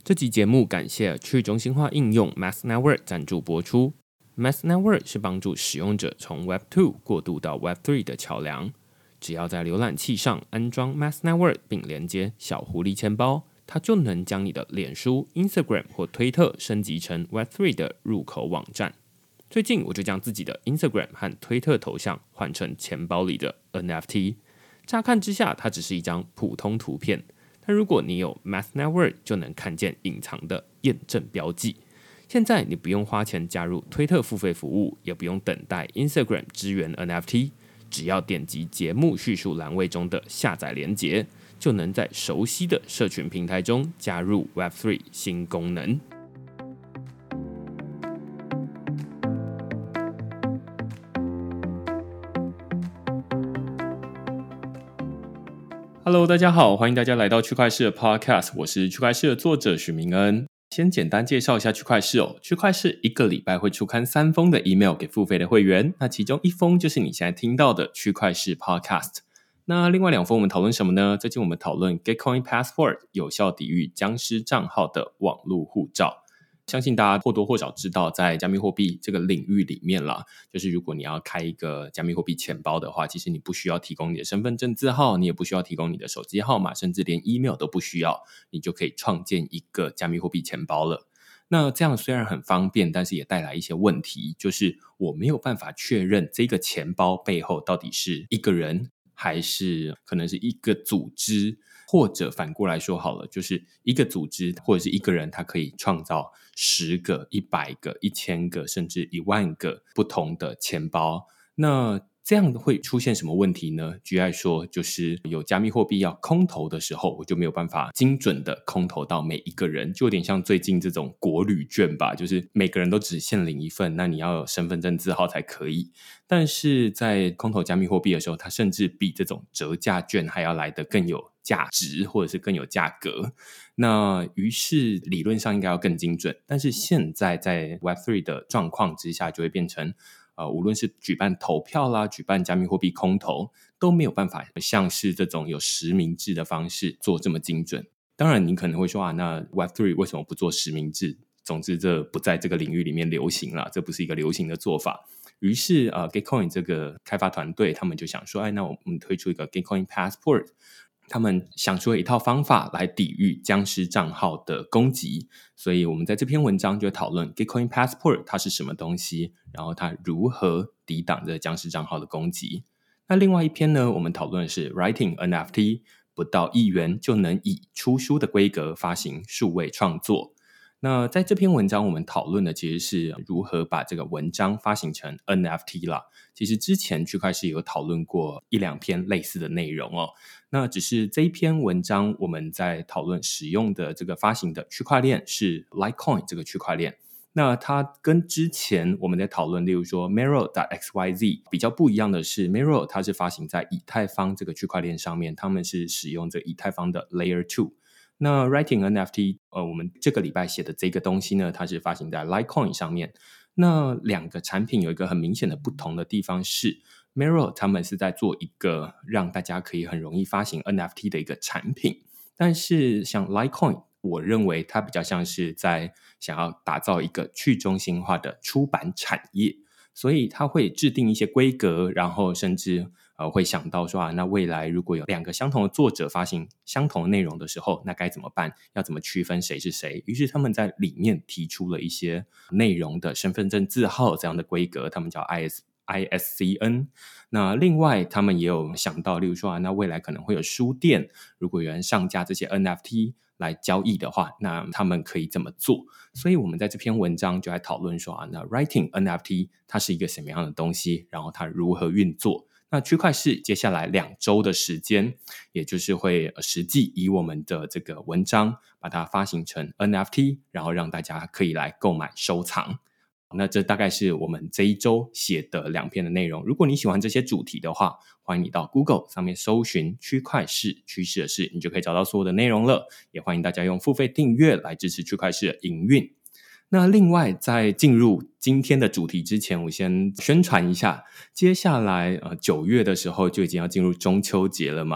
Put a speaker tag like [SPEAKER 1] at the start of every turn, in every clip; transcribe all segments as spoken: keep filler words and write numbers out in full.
[SPEAKER 1] 这集节目感谢去中心化应用 Mass Network 赞助播出。Mass Network 是帮助使用者从 Web 二 过渡到 Web 三 的桥梁。只要在浏览器上安装 Mass Network 并连接小狐狸钱包，它就能将你的脸书、Instagram 或推特升级成 Web 三 的入口网站。最近我就将自己的 Instagram 和推特头像换成钱包里的 N F T。乍看之下，它只是一张普通图片，但如果你有 Mass Network， 就能看见隐藏的验证标记。现在你不用花钱加入推特付费服务，也不用等待 Instagram 支援 N F T， 只要点击节目叙述栏位中的下载连结，就能在熟悉的社群平台中加入 Web 三 新功能。Hello， 大家好，欢迎大家来到区块市的 Podcast， 我是区块市的作者许明恩。先简单介绍一下区块市哦，区块市一个礼拜会出刊三封的 email 给付费的会员，那其中一封就是你现在听到的区块市 Podcast。那另外两封我们讨论什么呢？最近我们讨论 Gitcoin Passport 有效抵御僵尸账号的网络护照。相信大家或多或少知道，在加密货币这个领域里面啦，就是如果你要开一个加密货币钱包的话，其实你不需要提供你的身份证字号，你也不需要提供你的手机号码，甚至连 email 都不需要，你就可以创建一个加密货币钱包了。那这样虽然很方便，但是也带来一些问题，就是我没有办法确认这个钱包背后到底是一个人，还是可能是一个组织，或者反过来说好了，就是一个组织或者是一个人，他可以创造十个、一百个、一千个，甚至一万个不同的钱包。那这样会出现什么问题呢？举例来说，就是有加密货币要空投的时候，我就没有办法精准的空投到每一个人，就有点像最近这种国旅券吧，就是每个人都只限领一份，那你要有身份证字号才可以。但是在空投加密货币的时候，它甚至比这种折价券还要来得更有价值，或者是更有价格。那于是理论上应该要更精准，但是现在在 Web 三 的状况之下，就会变成呃，无论是举办投票啦，举办加密货币空投，都没有办法像是这种有实名制的方式做这么精准。当然你可能会说啊，那 Web 三 为什么不做实名制？总之这不在这个领域里面流行啦，这不是一个流行的做法。于是呃 Gitcoin 这个开发团队他们就想说，哎，那我们推出一个 Gitcoin Passport， 他们想出了一套方法来抵御僵尸账号的攻击。所以我们在这篇文章就讨论 Gitcoin Passport 它是什么东西，然后它如何抵挡这僵尸账号的攻击。那另外一篇呢，我们讨论的是 Writing N F T， 不到一元就能以出书的规格发行数位创作。那在这篇文章我们讨论的其实是如何把这个文章发行成 N F T 啦。其实之前区块市有讨论过一两篇类似的内容哦。那只是这一篇文章我们在讨论使用的这个发行的区块链是 Litecoin 这个区块链。那它跟之前我们在讨论例如说 Mirror.xyz 比较不一样的是 Mirror 它是发行在以太坊这个区块链上面，他们是使用这以太坊的 Layer 二。那 Writing N F T 呃，我们这个礼拜写的这个东西呢，它是发行在 Litecoin 上面。那两个产品有一个很明显的不同的地方是 Mirror 他们是在做一个让大家可以很容易发行 N F T 的一个产品，但是像 Litecoin 我认为它比较像是在想要打造一个去中心化的出版产业，所以它会制定一些规格，然后甚至呃会想到说啊，那未来如果有两个相同的作者发行相同的内容的时候，那该怎么办？要怎么区分谁是谁？于是他们在里面提出了一些内容的身份证字号这样的规格，他们叫 I S I S C N。 那另外他们也有想到，例如说啊，那未来可能会有书店，如果有人上架这些 N F T 来交易的话，那他们可以怎么做？所以我们在这篇文章就来讨论说啊，那 Writing N F T 它是一个什么样的东西，然后它如何运作。那区块市接下来两周的时间，也就是会实际以我们的这个文章把它发行成 N F T， 然后让大家可以来购买收藏。那这大概是我们这一周写的两篇的内容。如果你喜欢这些主题的话，欢迎你到 Google 上面搜寻区块市，趋势的事，你就可以找到所有的内容了。也欢迎大家用付费订阅来支持区块市的营运。那另外在进入今天的主题之前，我先宣传一下，接下来呃九月的时候就已经要进入中秋节了嘛。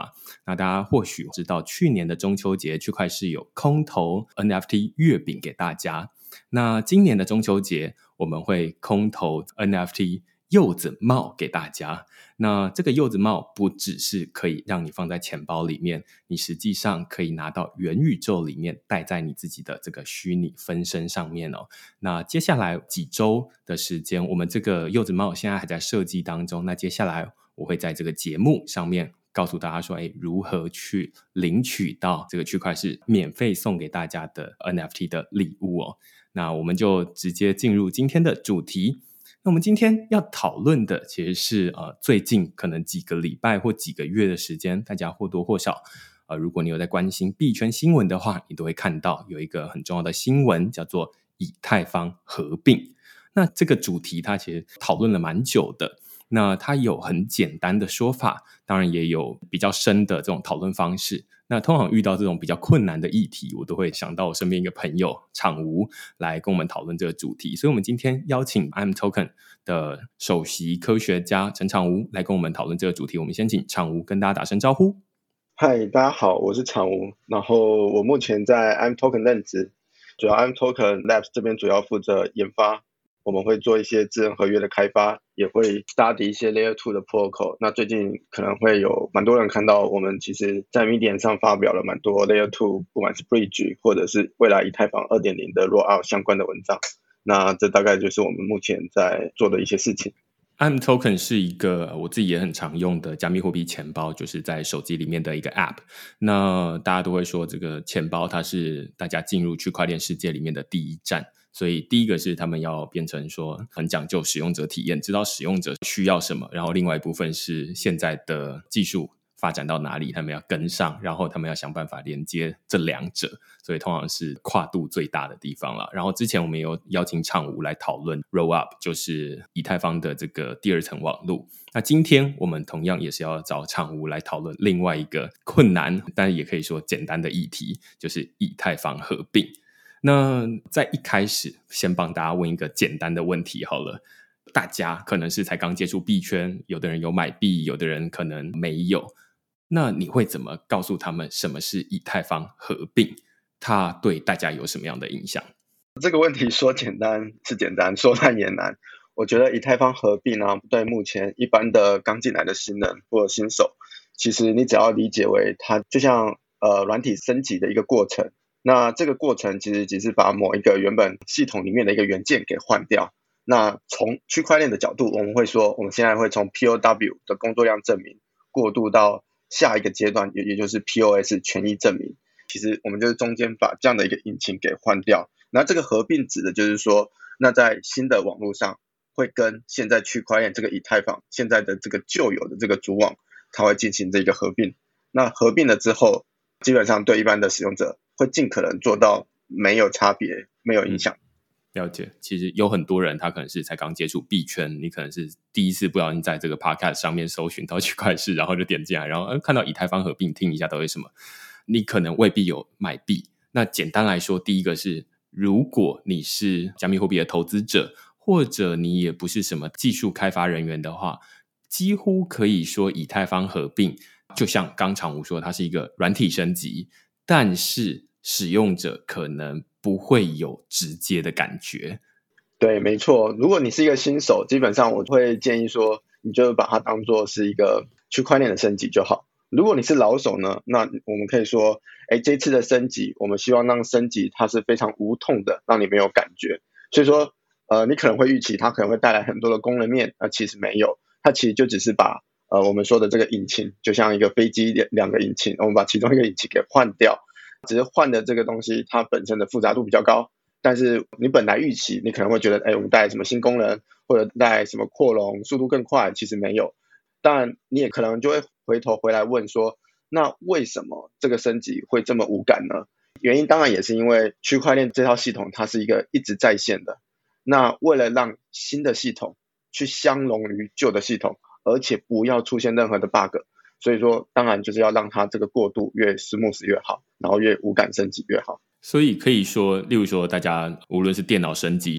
[SPEAKER 1] 那大家或许知道，去年的中秋节区块市有空投 N F T 月饼给大家。那今年的中秋节我们会空投 N F T 柚子帽给大家。那这个柚子帽不只是可以让你放在钱包里面，你实际上可以拿到元宇宙里面，戴在你自己的这个虚拟分身上面哦。那接下来几周的时间，我们这个柚子帽现在还在设计当中，那接下来我会在这个节目上面告诉大家说，哎，如何去领取到这个区块市免费送给大家的 N F T 的礼物哦。那我们就直接进入今天的主题。那我们今天要讨论的其实是呃，最近可能几个礼拜或几个月的时间，大家或多或少呃，如果你有在关心币圈新闻的话，你都会看到有一个很重要的新闻叫做以太坊合并。那这个主题它其实讨论了蛮久的，那它有很简单的说法，当然也有比较深的这种讨论方式。那通常遇到这种比较困难的议题，我都会想到我身边一个朋友场吴来跟我们讨论这个主题。所以我们今天邀请 I M Token 的首席科学家陈场吴来跟我们讨论这个主题。我们先请场吴跟大家打声招呼。
[SPEAKER 2] 嗨，大家好，我是场吴，然后我目前在 I M Token 任职，主要 I M Token Labs 这边主要负责研发，我们会做一些智能合约的开发，也会 study 一些 Layer 二 的 protocol。 那最近可能会有蛮多人看到我们其实在 Medium 上发表了蛮多 Layer 二， 不管是 Bridge 或者是未来以太坊 二点零 的 Rollout 相关的文章。那这大概就是我们目前在做的一些事情。
[SPEAKER 1] I M Token 是一个我自己也很常用的加密货币钱包，就是在手机里面的一个 App。 那大家都会说这个钱包它是大家进入区块链世界里面的第一站，所以第一个是他们要变成说很讲究使用者体验，知道使用者需要什么，然后另外一部分是现在的技术发展到哪里他们要跟上，然后他们要想办法连接这两者，所以通常是跨度最大的地方了。然后之前我们有邀请场吴来讨论 Rollup， 就是以太坊的这个第二层网路。那今天我们同样也是要找场吴来讨论另外一个困难但也可以说简单的议题，就是以太坊合并。那在一开始先帮大家问一个简单的问题好了，大家可能是才刚接触币圈，有的人有买币，有的人可能没有，那你会怎么告诉他们什么是以太坊合并，它对大家有什么样的影响？
[SPEAKER 2] 这个问题说简单是简单，说难也难。我觉得以太坊合并啊，对目前一般的刚进来的新人或者新手，其实你只要理解为它就像呃软体升级的一个过程。那这个过程其实只是把某一个原本系统里面的一个元件给换掉。那从区块链的角度，我们会说我们现在会从 P O W 的工作量证明过渡到下一个阶段，也就是 P O S 权益证明。其实我们就是中间把这样的一个引擎给换掉。那这个合并指的就是说，那在新的网络上会跟现在区块链这个以太坊现在的这个旧有的这个主网，它会进行这个合并。那合并了之后，基本上对一般的使用者会尽可能做到没有差别，没有影响。
[SPEAKER 1] 嗯，了解。其实有很多人他可能是才刚接触币圈，你可能是第一次不小心在这个 podcast 上面搜寻到区块市，然后就点进来，然后看到以太坊合并，听一下到底什么，你可能未必有买币。那简单来说，第一个是如果你是加密货币的投资者，或者你也不是什么技术开发人员的话，几乎可以说以太坊合并就像刚场吴说，它是一个软体升级，但是使用者可能不会有直接的感觉。
[SPEAKER 2] 对，没错。如果你是一个新手，基本上我会建议说，你就把它当作是一个区块链的升级就好。如果你是老手呢，那我们可以说，哎，这次的升级，我们希望让升级它是非常无痛的，让你没有感觉。所以说，呃，你可能会预期它可能会带来很多的功能面，那其实没有，它其实就只是把呃我们说的这个引擎，就像一个飞机两个引擎，我们把其中一个引擎给换掉，只是换的这个东西它本身的复杂度比较高。但是你本来预期，你可能会觉得，哎，我们带来什么新功能，或者带来什么扩容，速度更快，其实没有。当然，你也可能就会回头回来问说，那为什么这个升级会这么无感呢？原因当然也是因为区块链这套系统它是一个一直在线的。那为了让新的系统去相容于旧的系统，而且不要出现任何的 bug， 所以说当然就是要让它这个过渡越 smooth 越好，然后越无感升级越好。
[SPEAKER 1] 所以可以说，例如说大家无论是电脑升级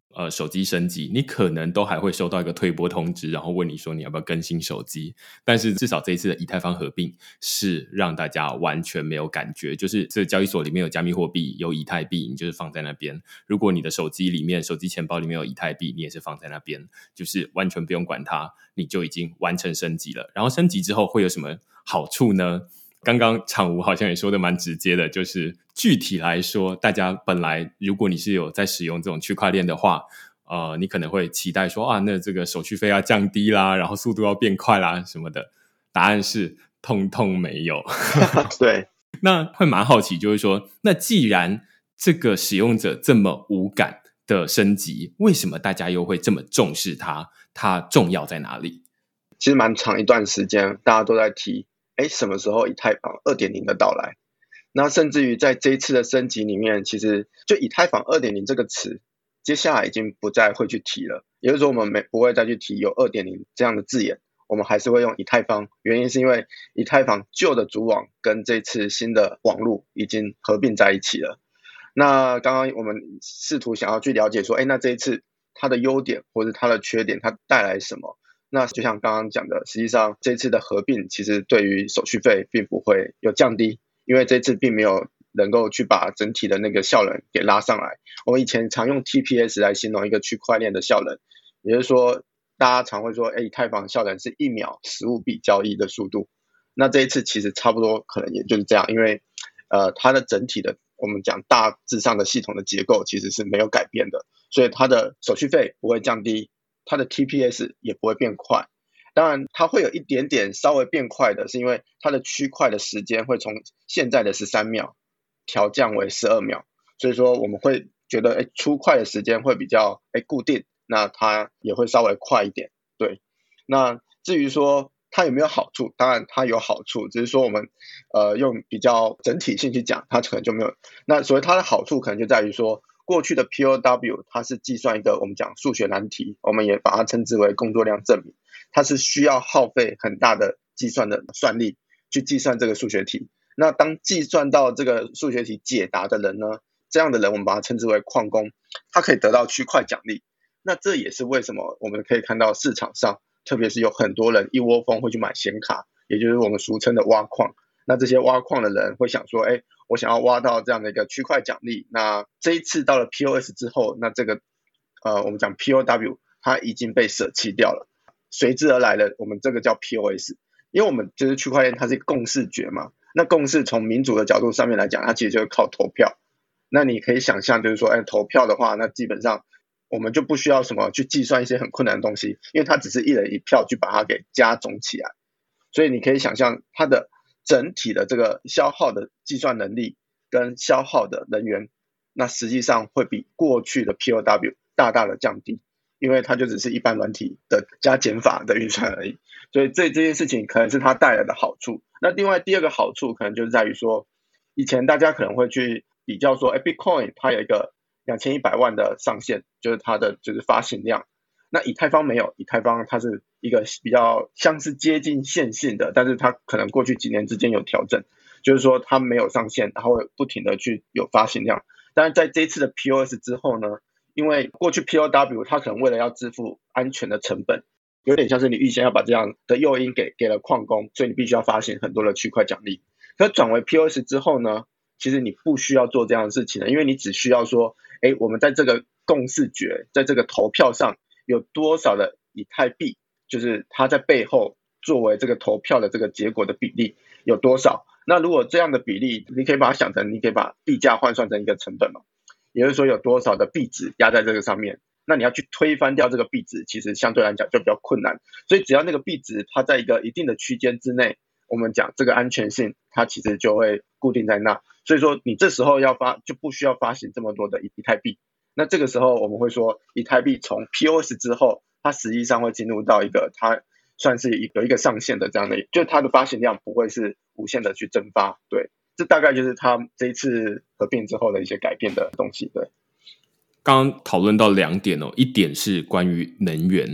[SPEAKER 1] 呃手机升级，你可能都还会收到一个推播通知，然后问你说你要不要更新手机。但是至少这一次的以太坊合并是让大家完全没有感觉，就是这个交易所里面有加密货币，有以太币，你就是放在那边。如果你的手机里面手机钱包里面有以太币，你也是放在那边，就是完全不用管它，你就已经完成升级了。然后升级之后会有什么好处呢？刚刚场吴好像也说的蛮直接的，就是具体来说，大家本来如果你是有在使用这种区块链的话，呃，你可能会期待说啊，那这个手续费要降低啦，然后速度要变快啦什么的。答案是通通没有。
[SPEAKER 2] 对，
[SPEAKER 1] 那会蛮好奇，就是说，那既然这个使用者这么无感的升级，为什么大家又会这么重视它？它重要在哪里？
[SPEAKER 2] 其实蛮长一段时间，大家都在提，哎，什么时候以太坊 二点零 的到来？那甚至于在这一次的升级里面，其实就以太坊 二点零 这个词，接下来已经不再会去提了。也就是说，我们没不会再去提有 二点零 这样的字眼，我们还是会用以太坊。原因是因为以太坊旧的主网跟这次新的网络已经合并在一起了。那刚刚我们试图想要去了解说，哎，那这一次它的优点或者它的缺点，它带来什么？那就像刚刚讲的，实际上这次的合并其实对于手续费并不会有降低，因为这次并没有能够去把整体的那个效能给拉上来。我们以前常用 T P S 来形容一个区块链的效能，也就是说大家常会说，哎，以太坊效能是一秒十五笔交易的速度。那这一次其实差不多可能也就是这样，因为呃它的整体的我们讲大致上的系统的结构其实是没有改变的，所以它的手续费不会降低，它的 T P S 也不会变快。当然它会有一点点稍微变快的，是因为它的区块的时间会从现在的十三秒调降为十二秒，所以说我们会觉得，哎，出块的时间会比较哎固定，那它也会稍微快一点。对，那至于说它有没有好处，当然它有好处，只是说我们呃用比较整体性去讲，它可能就没有。那所谓它的好处可能就在于说，过去的 P O W 它是计算一个我们讲数学难题，我们也把它称之为工作量证明，它是需要耗费很大的计算的算力去计算这个数学题。那当计算到这个数学题解答的人呢，这样的人我们把它称之为矿工，他可以得到区块奖励。那这也是为什么我们可以看到市场上，特别是有很多人一窝蜂会去买显卡，也就是我们俗称的挖矿。那这些挖矿的人会想说，哎，我想要挖到这样的一个区块奖励。那这一次到了 P O S 之后，那这个呃我们讲 P O W 它已经被舍弃掉了，随之而来的我们这个叫 P O S。 因为我们就是区块链它是一个共识决嘛，那共识从民主的角度上面来讲，它其实就是靠投票。那你可以想象就是说，哎，投票的话，那基本上我们就不需要什么去计算一些很困难的东西，因为它只是一人一票去把它给加总起来。所以你可以想象它的整体的这个消耗的计算能力跟消耗的人员，那实际上会比过去的 P O W 大大的降低，因为它就只是一般软体的加减法的运算而已。所以这这件事情可能是它带来的好处。那另外第二个好处可能就是在于说，以前大家可能会去比较说，哎 ，Bitcoin 它有一个两千一百万的上限，就是它的就是发行量。那以太坊没有，以太坊它是一个比较像是接近线性的，但是它可能过去几年之间有调整，就是说它没有上限，它会不停的去有发行量。但是在这一次的 P O S 之后呢，因为过去 P O W 它可能为了要支付安全的成本，有点像是你预先要把这样的诱因给给了矿工，所以你必须要发行很多的区块奖励。可转为 P O S 之后呢，其实你不需要做这样的事情了，因为你只需要说，哎，我们在这个共识决，在这个投票上有多少的以太币，就是它在背后作为这个投票的这个结果的比例有多少。那如果这样的比例，你可以把它想成，你可以把币价换算成一个成本嘛，也就是说有多少的币值压在这个上面，那你要去推翻掉这个币值，其实相对来讲就比较困难。所以只要那个币值它在一个一定的区间之内，我们讲这个安全性它其实就会固定在那。所以说你这时候要发就不需要发行这么多的以太币。那这个时候我们会说，以太币从 P O S 之后，它实际上会进入到一个它算是有一个上限的这样的，就它的发行量不会是无限的去蒸发。对，这大概就是它这一次合并之后的一些改变的东西。对，
[SPEAKER 1] 刚刚讨论到两点哦，一点是关于能源，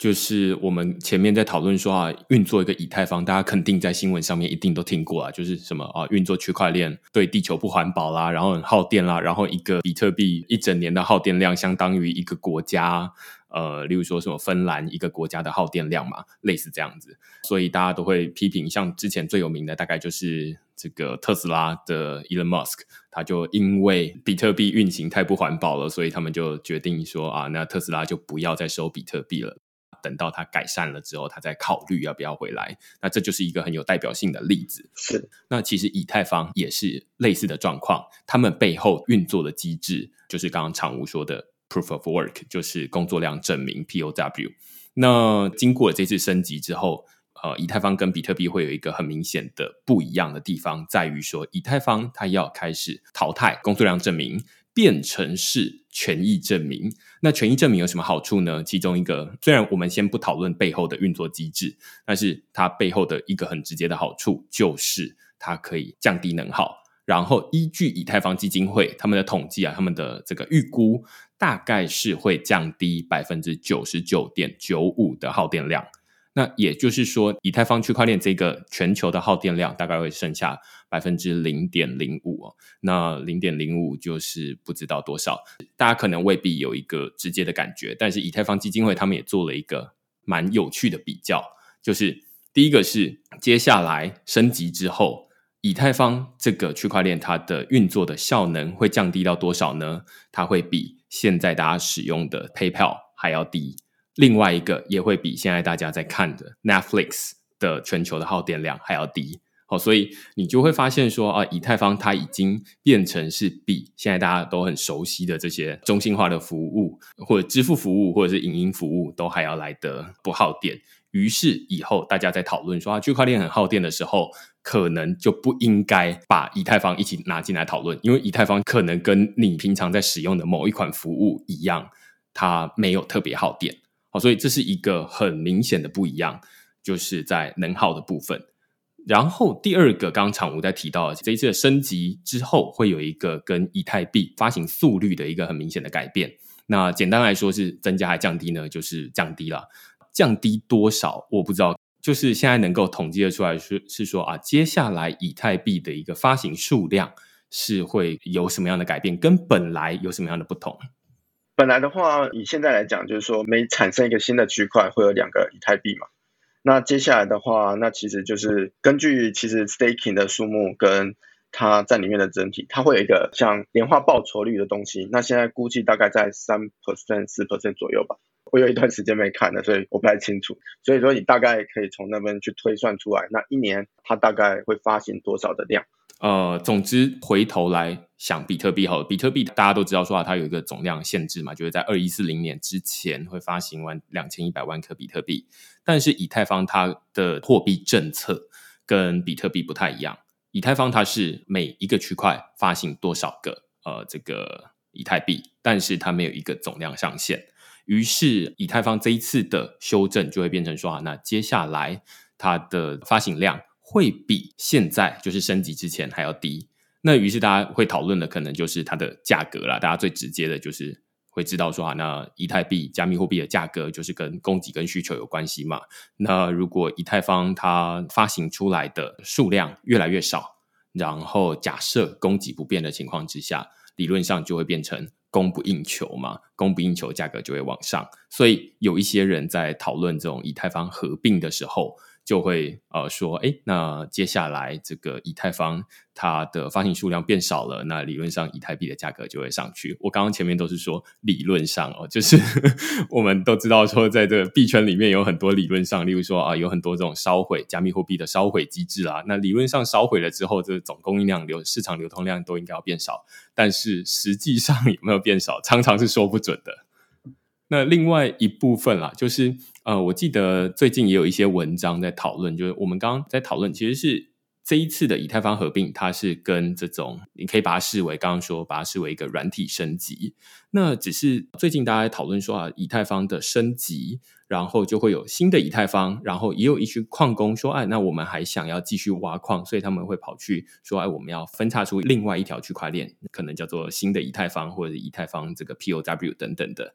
[SPEAKER 1] 就是我们前面在讨论说啊，运作一个以太坊，大家肯定在新闻上面一定都听过啊，就是什么啊，运作区块链对地球不环保啦，然后很耗电啦，然后一个比特币一整年的耗电量相当于一个国家，呃，例如说什么芬兰一个国家的耗电量嘛，类似这样子，所以大家都会批评，像之前最有名的大概就是这个特斯拉的 Elon Musk， 他就因为比特币运行太不环保了，所以他们就决定说啊，那特斯拉就不要再收比特币了。等到它改善了之后，他再考虑要不要回来。那这就是一个很有代表性的例子。
[SPEAKER 2] 是，
[SPEAKER 1] 那其实以太坊也是类似的状况，他们背后运作的机制就是刚刚常务说的 Proof of Work， 就是工作量证明 P O W。那经过这次升级之后，呃，以太坊跟比特币会有一个很明显的不一样的地方，在于说以太坊它要开始淘汰工作量证明，变成是权益证明。那权益证明有什么好处呢？其中一个，虽然我们先不讨论背后的运作机制，但是它背后的一个很直接的好处就是它可以降低能耗。然后依据以太坊基金会他们的统计啊，他们的这个预估大概是会降低 百分之九十九点九五 的耗电量。那也就是说，以太坊区块链这个全球的耗电量大概会剩下 百分之零点零五、哦、那 零点零五 就是不知道多少，大家可能未必有一个直接的感觉，但是以太坊基金会他们也做了一个蛮有趣的比较，就是第一个是接下来升级之后，以太坊这个区块链它的运作的效能会降低到多少呢？它会比现在大家使用的 PayPal 还要低。另外一个也会比现在大家在看的 Netflix 的全球的耗电量还要低。好，所以你就会发现说啊，以太坊它已经变成是比现在大家都很熟悉的这些中心化的服务或者支付服务或者是影音服务都还要来得不耗电。于是以后大家在讨论说啊，区块链很耗电的时候，可能就不应该把以太坊一起拿进来讨论，因为以太坊可能跟你平常在使用的某一款服务一样，它没有特别耗电。好，所以这是一个很明显的不一样，就是在能耗的部分。然后第二个，刚刚常务在提到的这一次的升级之后，会有一个跟以太币发行速率的一个很明显的改变。那简单来说是增加还降低呢？就是降低了，降低多少我不知道，就是现在能够统计的出来是是说啊，接下来以太币的一个发行数量是会有什么样的改变，跟本来有什么样的不同？
[SPEAKER 2] 本来的话，以现在来讲，就是说每产生一个新的区块会有两个以太币嘛。那接下来的话，那其实就是根据其实 staking 的数目跟它在里面的整体，它会有一个像年化报酬率的东西。那现在估计大概在 百分之三、百分之四 左右吧。我有一段时间没看了，所以我不太清楚。所以说你大概可以从那边去推算出来，那一年它大概会发行多少的量。
[SPEAKER 1] 呃，总之回头来想比特币好了，比特币大家都知道说它有一个总量限制嘛，就是在二一四零年之前会发行完两千一百万颗比特币。但是以太坊它的货币政策跟比特币不太一样，以太坊它是每一个区块发行多少个呃这个以太币，但是它没有一个总量上限。于是以太坊这一次的修正就会变成说，那接下来它的发行量会比现在就是升级之前还要低。那于是大家会讨论的可能就是它的价格啦，大家最直接的就是会知道说啊，那以太币加密货币的价格就是跟供给跟需求有关系嘛。那如果以太坊它发行出来的数量越来越少，然后假设供给不变的情况之下，理论上就会变成供不应求嘛，供不应求价格就会往上。所以有一些人在讨论这种以太坊合并的时候，就会呃说，哎，那接下来这个以太坊它的发行数量变少了，那理论上以太币的价格就会上去。我刚刚前面都是说理论上哦，就是我们都知道说，在这个币圈里面有很多理论上，例如说啊，有很多这种烧毁加密货币的烧毁机制啊，那理论上烧毁了之后，这总供应量流市场流通量都应该要变少，但是实际上有没有变少，常常是说不准的。那另外一部分啦，就是呃，我记得最近也有一些文章在讨论，就是我们刚刚在讨论，其实是这一次的以太坊合并，它是跟这种你可以把它视为刚刚说把它视为一个软体升级。那只是最近大家在讨论说啊，以太坊的升级，然后就会有新的以太坊，然后也有一群矿工说，哎，那我们还想要继续挖矿，所以他们会跑去说，哎，我们要分叉出另外一条区块链，可能叫做新的以太坊或者以太坊这个 P O W 等等的。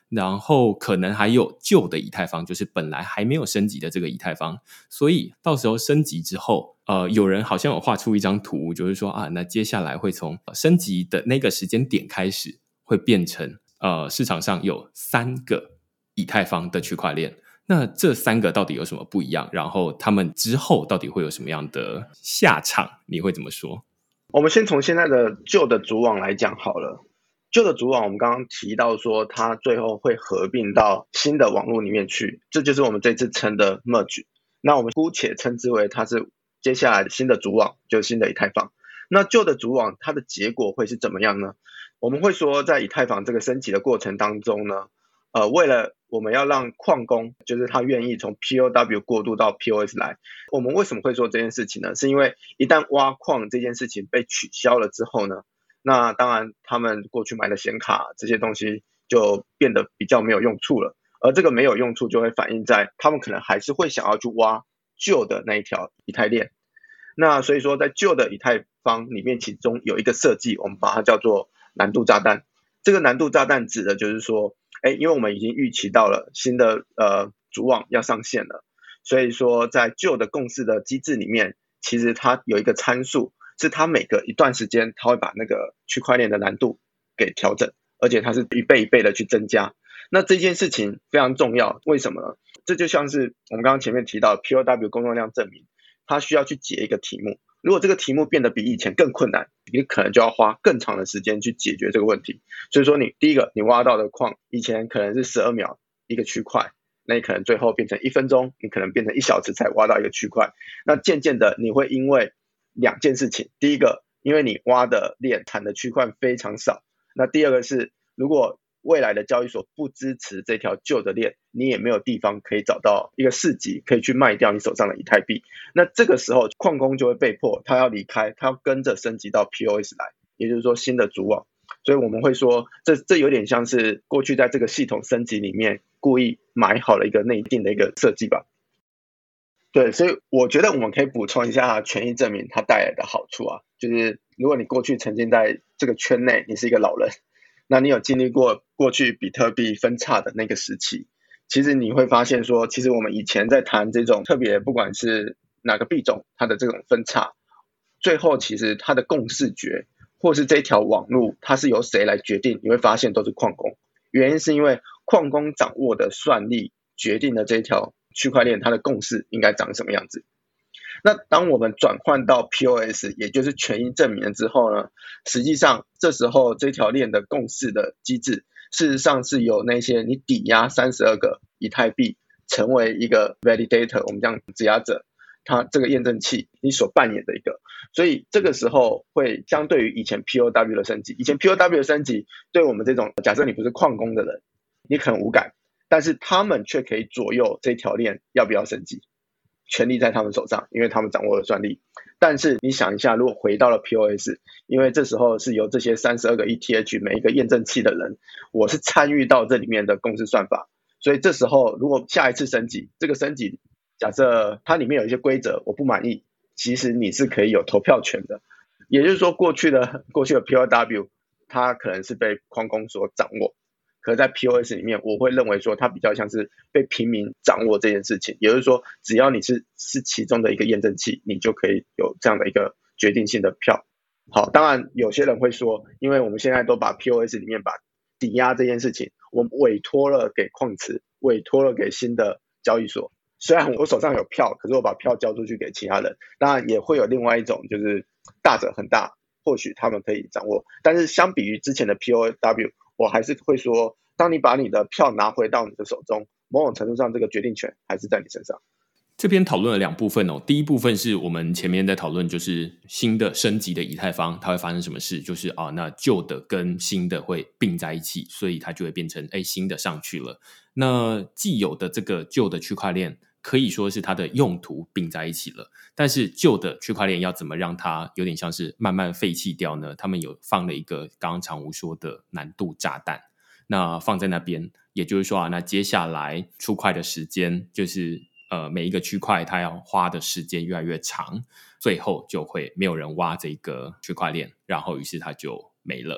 [SPEAKER 1] 然后可能还有旧的以太坊，就是本来还没有升级的这个以太坊，所以到时候升级之后，呃，有人好像有画出一张图，就是说啊，那接下来会从升级的那个时间点开始，会变成呃市场上有三个以太坊的区块链。那这三个到底有什么不一样？然后他们之后到底会有什么样的下场？你会怎么说？
[SPEAKER 2] 我们先从现在的旧的主网来讲好了。旧的主网我们刚刚提到说它最后会合并到新的网络里面去，这就是我们这次称的 merge。那我们姑且称之为它是接下来的新的主网，就是新的以太坊。那旧的主网它的结果会是怎么样呢？我们会说在以太坊这个升级的过程当中呢，呃，为了我们要让矿工，就是他愿意从 P O W 过渡到 P O S 来，我们为什么会做这件事情呢？是因为一旦挖矿这件事情被取消了之后呢，那当然他们过去买的显卡这些东西就变得比较没有用处了，而这个没有用处就会反映在他们可能还是会想要去挖旧的那一条以太链。那所以说在旧的以太坊里面，其中有一个设计，我们把它叫做难度炸弹。这个难度炸弹指的就是说，哎，因为我们已经预期到了新的呃主网要上线了，所以说在旧的共识的机制里面，其实它有一个参数，是它每隔一段时间，它会把那个区块链的难度给调整，而且它是一倍一倍的去增加。那这件事情非常重要，为什么呢？这就像是我们刚刚前面提到 P O W 工作量证明，它需要去解一个题目，如果这个题目变得比以前更困难，你可能就要花更长的时间去解决这个问题。所以说你第一个，你挖到的矿以前可能是十二秒一个区块，那你可能最后变成一分钟，你可能变成一小时才挖到一个区块。那渐渐的你会因为两件事情，第一个，因为你挖的链产的区块非常少，那第二个是，如果未来的交易所不支持这条旧的链，你也没有地方可以找到一个市集可以去卖掉你手上的以太币。那这个时候矿工就会被迫他要离开，他要跟着升级到 P O S 来，也就是说新的主网。所以我们会说这这有点像是过去在这个系统升级里面故意埋好了一个内定的一个设计吧。对，所以我觉得我们可以补充一下权益证明它带来的好处啊，就是如果你过去曾经在这个圈内，你是一个老人，那你有经历过过去比特币分叉的那个时期，其实你会发现说，其实我们以前在谈这种特别不管是哪个币种它的这种分叉，最后其实它的共识决或是这条网路它是由谁来决定，你会发现都是矿工。原因是因为矿工掌握的算力决定了这条区块链它的共识应该长什么样子。那当我们转换到 P O S， 也就是权益证明了之后呢，实际上这时候这条链的共识的机制，事实上是由那些你抵押三十二个以太币成为一个 validator， 我们讲质押者，它这个验证器你所扮演的一个，所以这个时候会相对于以前 P O W 的升级，以前 P O W 的升级对我们这种假设你不是矿工的人，你可能无感，但是他们却可以左右这条链要不要升级，权力在他们手上，因为他们掌握了算力。但是你想一下，如果回到了 P O S， 因为这时候是由这些三十二个 E T H 每一个验证器的人，我是参与到这里面的共识算法，所以这时候如果下一次升级，这个升级假设它里面有一些规则我不满意，其实你是可以有投票权的。也就是说过去的过去的 P O W 它可能是被矿工所掌握，可在 P O S 里面我会认为说它比较像是被平民掌握这件事情，也就是说只要你是是其中的一个验证器，你就可以有这样的一个决定性的票。好，当然有些人会说，因为我们现在都把 P O S 里面把抵押这件事情我们委托了给矿池，委托了给新的交易所，虽然我手上有票，可是我把票交出去给其他人，当然也会有另外一种就是大者很大，或许他们可以掌握，但是相比于之前的 P O W， 我还是会说当你把你的票拿回到你的手中，某种程度上这个决定权还是在你身上。
[SPEAKER 1] 这边讨论了两部分哦，第一部分是我们前面在讨论，就是新的升级的以太坊它会发生什么事，就是啊，那旧的跟新的会并在一起，所以它就会变成哎新的上去了。那既有的这个旧的区块链可以说是它的用途并在一起了，但是旧的区块链要怎么让它有点像是慢慢废弃掉呢？他们有放了一个刚刚常吴说的难度炸弹，那放在那边，也就是说啊，那接下来出块的时间就是呃，每一个区块它要花的时间越来越长，最后就会没有人挖这个区块链，然后于是它就没了。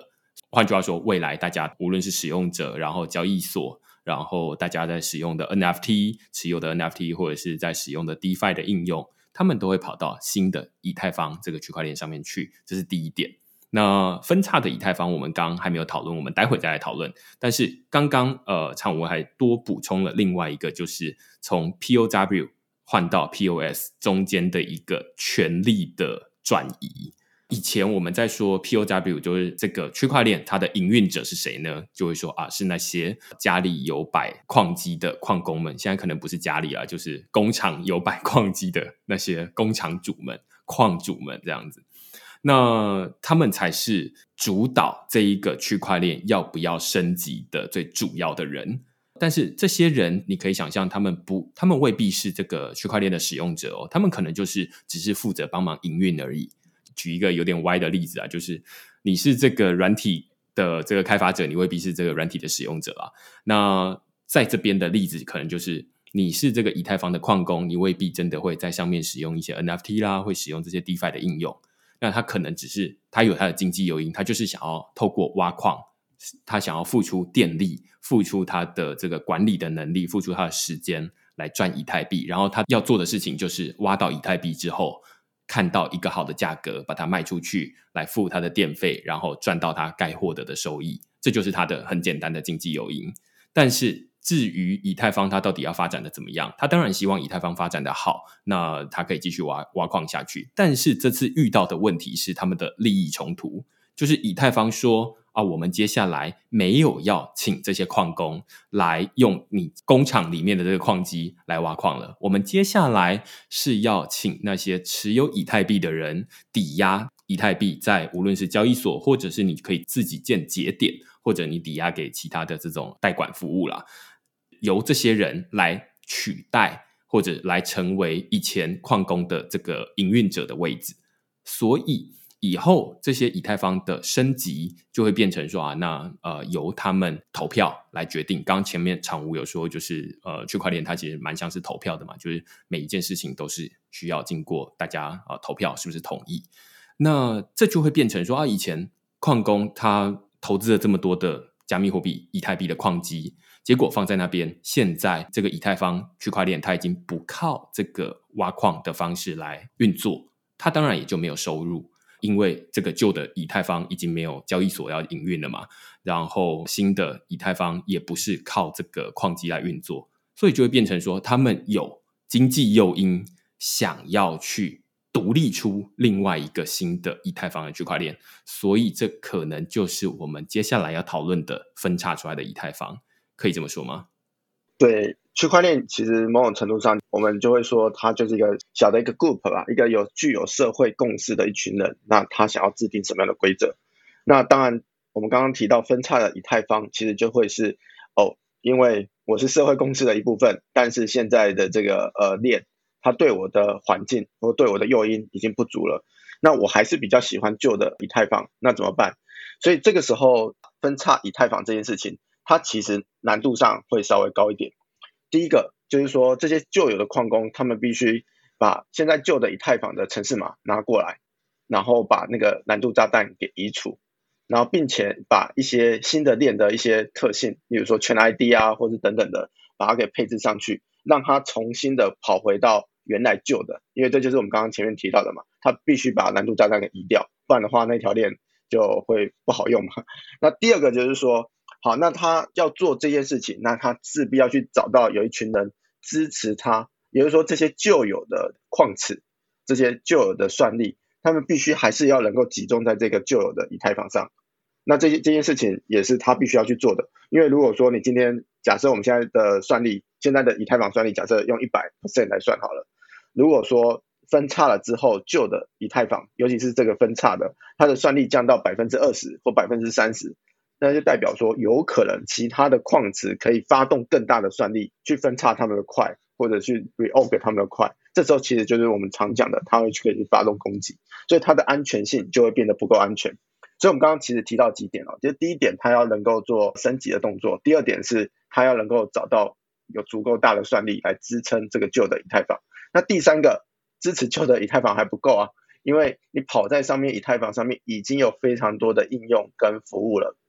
[SPEAKER 1] 换句话说，未来大家无论是使用者，然后交易所，然后大家在使用的 N F T 持有的 N F T 或者是在使用的 DeFi 的应用，他们都会跑到新的以太坊这个区块链上面去，这是第一点。那分叉的以太坊我们刚刚还没有讨论，我们待会再来讨论。但是刚刚呃，常文还多补充了另外一个，就是从 P O W 换到 P O S 中间的一个权力的转移。以前我们在说 P O W 就是这个区块链它的营运者是谁呢？就会说啊，是那些家里有摆矿机的矿工们，现在可能不是家里啊，就是工厂有摆矿机的那些工厂主们、矿主们这样子。那他们才是主导这一个区块链要不要升级的最主要的人。但是这些人你可以想象，他们不，他们未必是这个区块链的使用者哦，他们可能就是只是负责帮忙营运而已。举一个有点歪的例子啊，就是你是这个软体的这个开发者，你未必是这个软体的使用者啊。那在这边的例子可能就是你是这个以太坊的矿工，你未必真的会在上面使用一些 N F T 啦，会使用这些 DeFi 的应用。那他可能只是他有他的经济诱因，他就是想要透过挖矿，他想要付出电力，付出他的这个管理的能力，付出他的时间来赚以太币。然后他要做的事情就是挖到以太币之后，看到一个好的价格，把它卖出去，来付他的电费，然后赚到他该获得的收益。这就是他的很简单的经济诱因。但是至于以太坊它到底要发展的怎么样，他当然希望以太坊发展的好，那他可以继续挖挖矿下去。但是这次遇到的问题是他们的利益冲突，就是以太坊说啊，我们接下来没有要请这些矿工来用你工厂里面的这个矿机来挖矿了，我们接下来是要请那些持有以太币的人抵押以太币，在无论是交易所，或者是你可以自己建节点，或者你抵押给其他的这种代管服务啦，由这些人来取代或者来成为以前矿工的这个营运者的位置。所以以后这些以太坊的升级就会变成说啊，那呃由他们投票来决定。刚刚前面常务有说，就是呃区块链它其实蛮像是投票的嘛，就是每一件事情都是需要经过大家呃投票是不是同意。那这就会变成说啊，以前矿工他投资了这么多的加密货币以太币的矿机，结果放在那边，现在这个以太坊区块链它已经不靠这个挖矿的方式来运作，它当然也就没有收入，因为这个旧的以太坊已经没有交易所要营运了嘛，然后新的以太坊也不是靠这个矿机来运作，所以就会变成说他们有经济诱因想要去独立出另外一个新的以太坊的区块链，所以这可能就是我们接下来要讨论的分叉出来的以太坊，可以这么说吗？
[SPEAKER 2] 对，区块链其实某种程度上，我们就会说它就是一个小的一个 group 吧，一个有具有社会共识的一群人，那他想要制定什么样的规则？那当然，我们刚刚提到分叉的以太坊，其实就会是哦，因为我是社会共识的一部分，但是现在的这个呃链，它对我的环境或对我的诱因已经不足了，那我还是比较喜欢旧的以太坊，那怎么办？所以这个时候分叉以太坊这件事情，它其实难度上会稍微高一点。第一个就是说，这些旧有的矿工，他们必须把现在旧的以太坊的程式码拿过来，然后把那个难度炸弹给移除，然后并且把一些新的链的一些特性，例如说全 I D 啊，或者等等的，把它给配置上去，让它重新的跑回到原来旧的，因为这就是我们刚刚前面提到的嘛，它必须把难度炸弹给移掉，不然的话那条链就会不好用嘛。那第二个就是说，好，那他要做这件事情，那他势必要去找到有一群人支持他，也就是说这些旧有的矿池，这些旧有的算力，他们必须还是要能够集中在这个旧有的以太坊上。那这这件事情也是他必须要去做的，因为如果说你今天假设我们现在的算力，现在的以太坊算力假设用 百分之百 来算好了，如果说分叉了之后，旧的以太坊，尤其是这个分叉的，它的算力降到 百分之二十 或 百分之三十， 那就代表说有可能其他的矿池可以发动更大的算力去分叉他们的块，或者去 reorg 他们的块，这时候其实就是我们常讲的，它会去可以去发动攻击，所以它的安全性就会变得不够安全。所以我们刚刚其实提到几点哦，就是第一点，它要能够做升级的动作；第二点是它要能够找到有足够大的算力来支撑这个旧的以太坊。那第三个，支持旧的以太坊还不够啊，因为你跑在上面以太坊上面已经有非常多的应用跟服务了，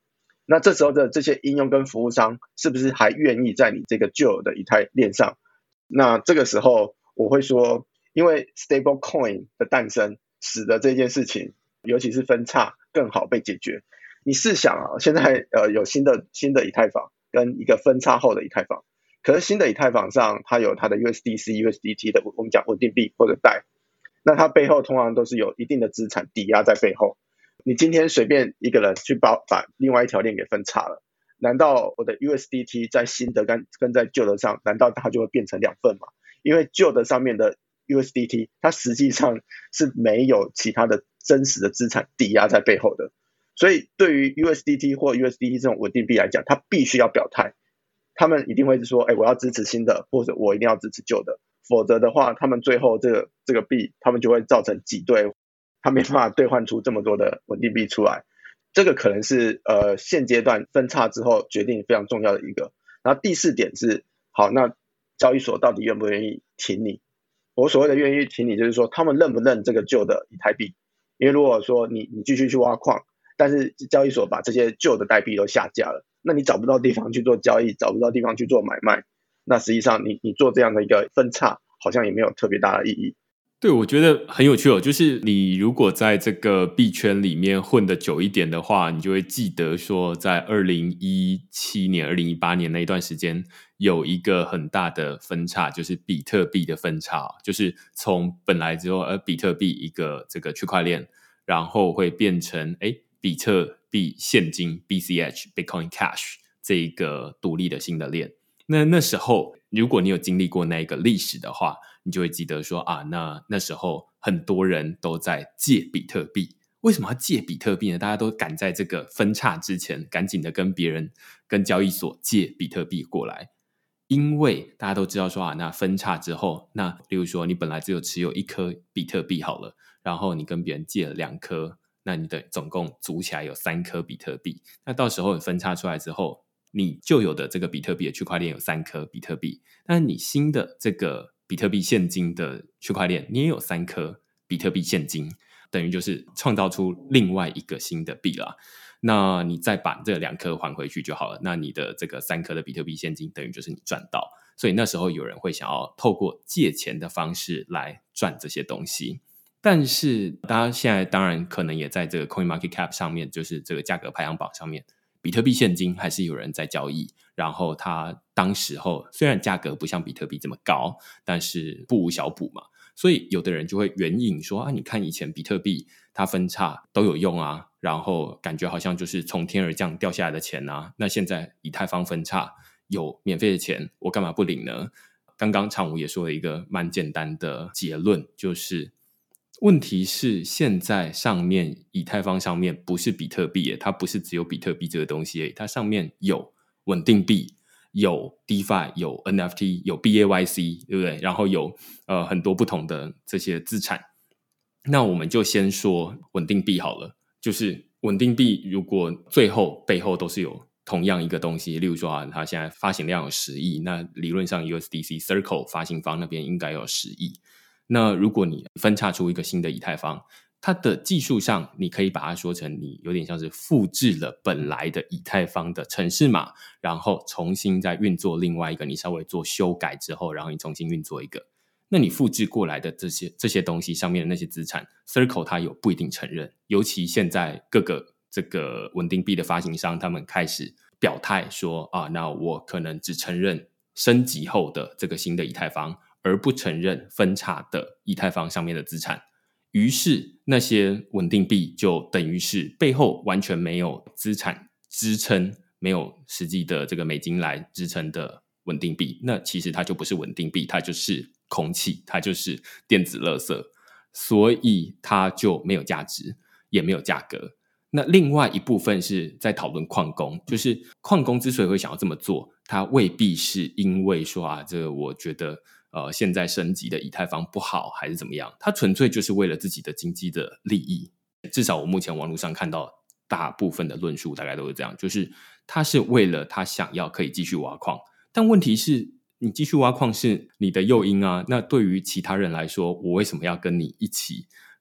[SPEAKER 2] 那这时候的这些应用跟服务商是不是还愿意在你这个旧的以太链上？那这个时候我会说，因为 stable coin 的诞生使得这件事情尤其是分叉更好被解决。你试想啊，现在呃有新的新的以太坊跟一个分叉后的以太坊，可是新的以太坊上它有它的 U S D C、U S D T 的我们讲稳定币或者代，那它背后通常都是有一定的资产抵押在背后。你今天随便一个人去把把另外一条链给分叉了，难道我的 U S D T 在新的跟跟在旧的上，难道它就会变成两份吗？因为旧的上面的 U S D T 它实际上是没有其他的真实的资产抵押在背后的，所以对于 U S D T 或 U S D T 这种稳定币来讲，它必须要表态，他们一定会是说，哎，我要支持新的，或者我一定要支持旧的，否则的话，他们最后这个这个币，他们就会造成挤兑，他没办法兑换出这么多的稳定币出来。这个可能是呃现阶段分叉之后决定非常重要的一个。然后第四点是，好，那交易所到底愿不愿意挺你？我所谓的愿意挺你，就是说他们认不认这个旧的以太币？因为如果说你你继续去挖矿，但是交易所把这些旧的代币都下架了，那你找不到地方去做交易，找不到地方去做买卖，那实际上你你做这样的一个分叉，好像也没有特别大的意义。
[SPEAKER 1] 对，我觉得很有趣哦，就是你如果在这个币圈里面混得久一点的话，你就会记得说在二零一七年、二零一八年那一段时间有一个很大的分叉，就是比特币的分叉，就是从本来之后呃比特币一个这个区块链，然后会变成诶比特币现金 B C H Bitcoin Cash 这一个独立的新的链。那那时候如果你有经历过那个历史的话，你就会记得说啊，那那时候很多人都在借比特币。为什么要借比特币呢？大家都赶在这个分叉之前赶紧的跟别人跟交易所借比特币过来，因为大家都知道说啊，那分叉之后，那例如说你本来只有持有一颗比特币好了，然后你跟别人借了两颗，那你的总共组起来有三颗比特币，那到时候你分叉出来之后，你旧有的这个比特币的区块链有三颗比特币，但你新的这个比特币现金的区块链你也有三颗比特币现金，等于就是创造出另外一个新的币啦。那你再把这两颗还回去就好了，那你的这个三颗的比特币现金等于就是你赚到。所以那时候有人会想要透过借钱的方式来赚这些东西。但是大家现在当然可能也在这个 CoinMarketCap 上面，就是这个价格排行榜上面，比特币现金还是有人在交易，然后它当时候虽然价格不像比特币这么高，但是不无小补嘛，所以有的人就会援引说啊，你看以前比特币它分叉都有用啊，然后感觉好像就是从天而降掉下来的钱啊，那现在以太坊分叉有免费的钱，我干嘛不领呢？刚刚常武也说了一个蛮简单的结论，就是问题是现在上面以太坊上面不是比特币耶，它不是只有比特币这个东西耶，它上面有稳定币，有 DeFi， 有 N F T， 有 B A Y C， 对不对？然后有呃很多不同的这些资产。那我们就先说稳定币好了，就是稳定币如果最后背后都是有同样一个东西，例如说啊，它现在发行量有十亿，那理论上 U S D C Circle 发行方那边应该有十亿。那如果你分叉出一个新的以太坊，它的技术上你可以把它说成你有点像是复制了本来的以太坊的程式码，然后重新再运作另外一个，你稍微做修改之后，然后你重新运作一个。那你复制过来的这些这些东西上面的那些资产 Circle 它有不一定承认，尤其现在各个这个稳定币的发行商他们开始表态说啊，那我可能只承认升级后的这个新的以太坊，而不承认分叉的以太坊上面的资产。于是那些稳定币就等于是背后完全没有资产支撑，没有实际的这个美金来支撑的稳定币，那其实它就不是稳定币，它就是空气，它就是电子垃圾，所以它就没有价值，也没有价格。那另外一部分是在讨论矿工，就是矿工之所以会想要这么做，他未必是因为说啊，这个我觉得呃现在升级的以太坊不好还是怎么样，他纯粹就是为了自己的经济的利益。至少我目前网络上看到大部分的论述大概都是这样，就是他是为了他想要可以继续挖矿，但问题是你继续挖矿是你的诱因啊，那对于其他人来说，我为什么要跟你一起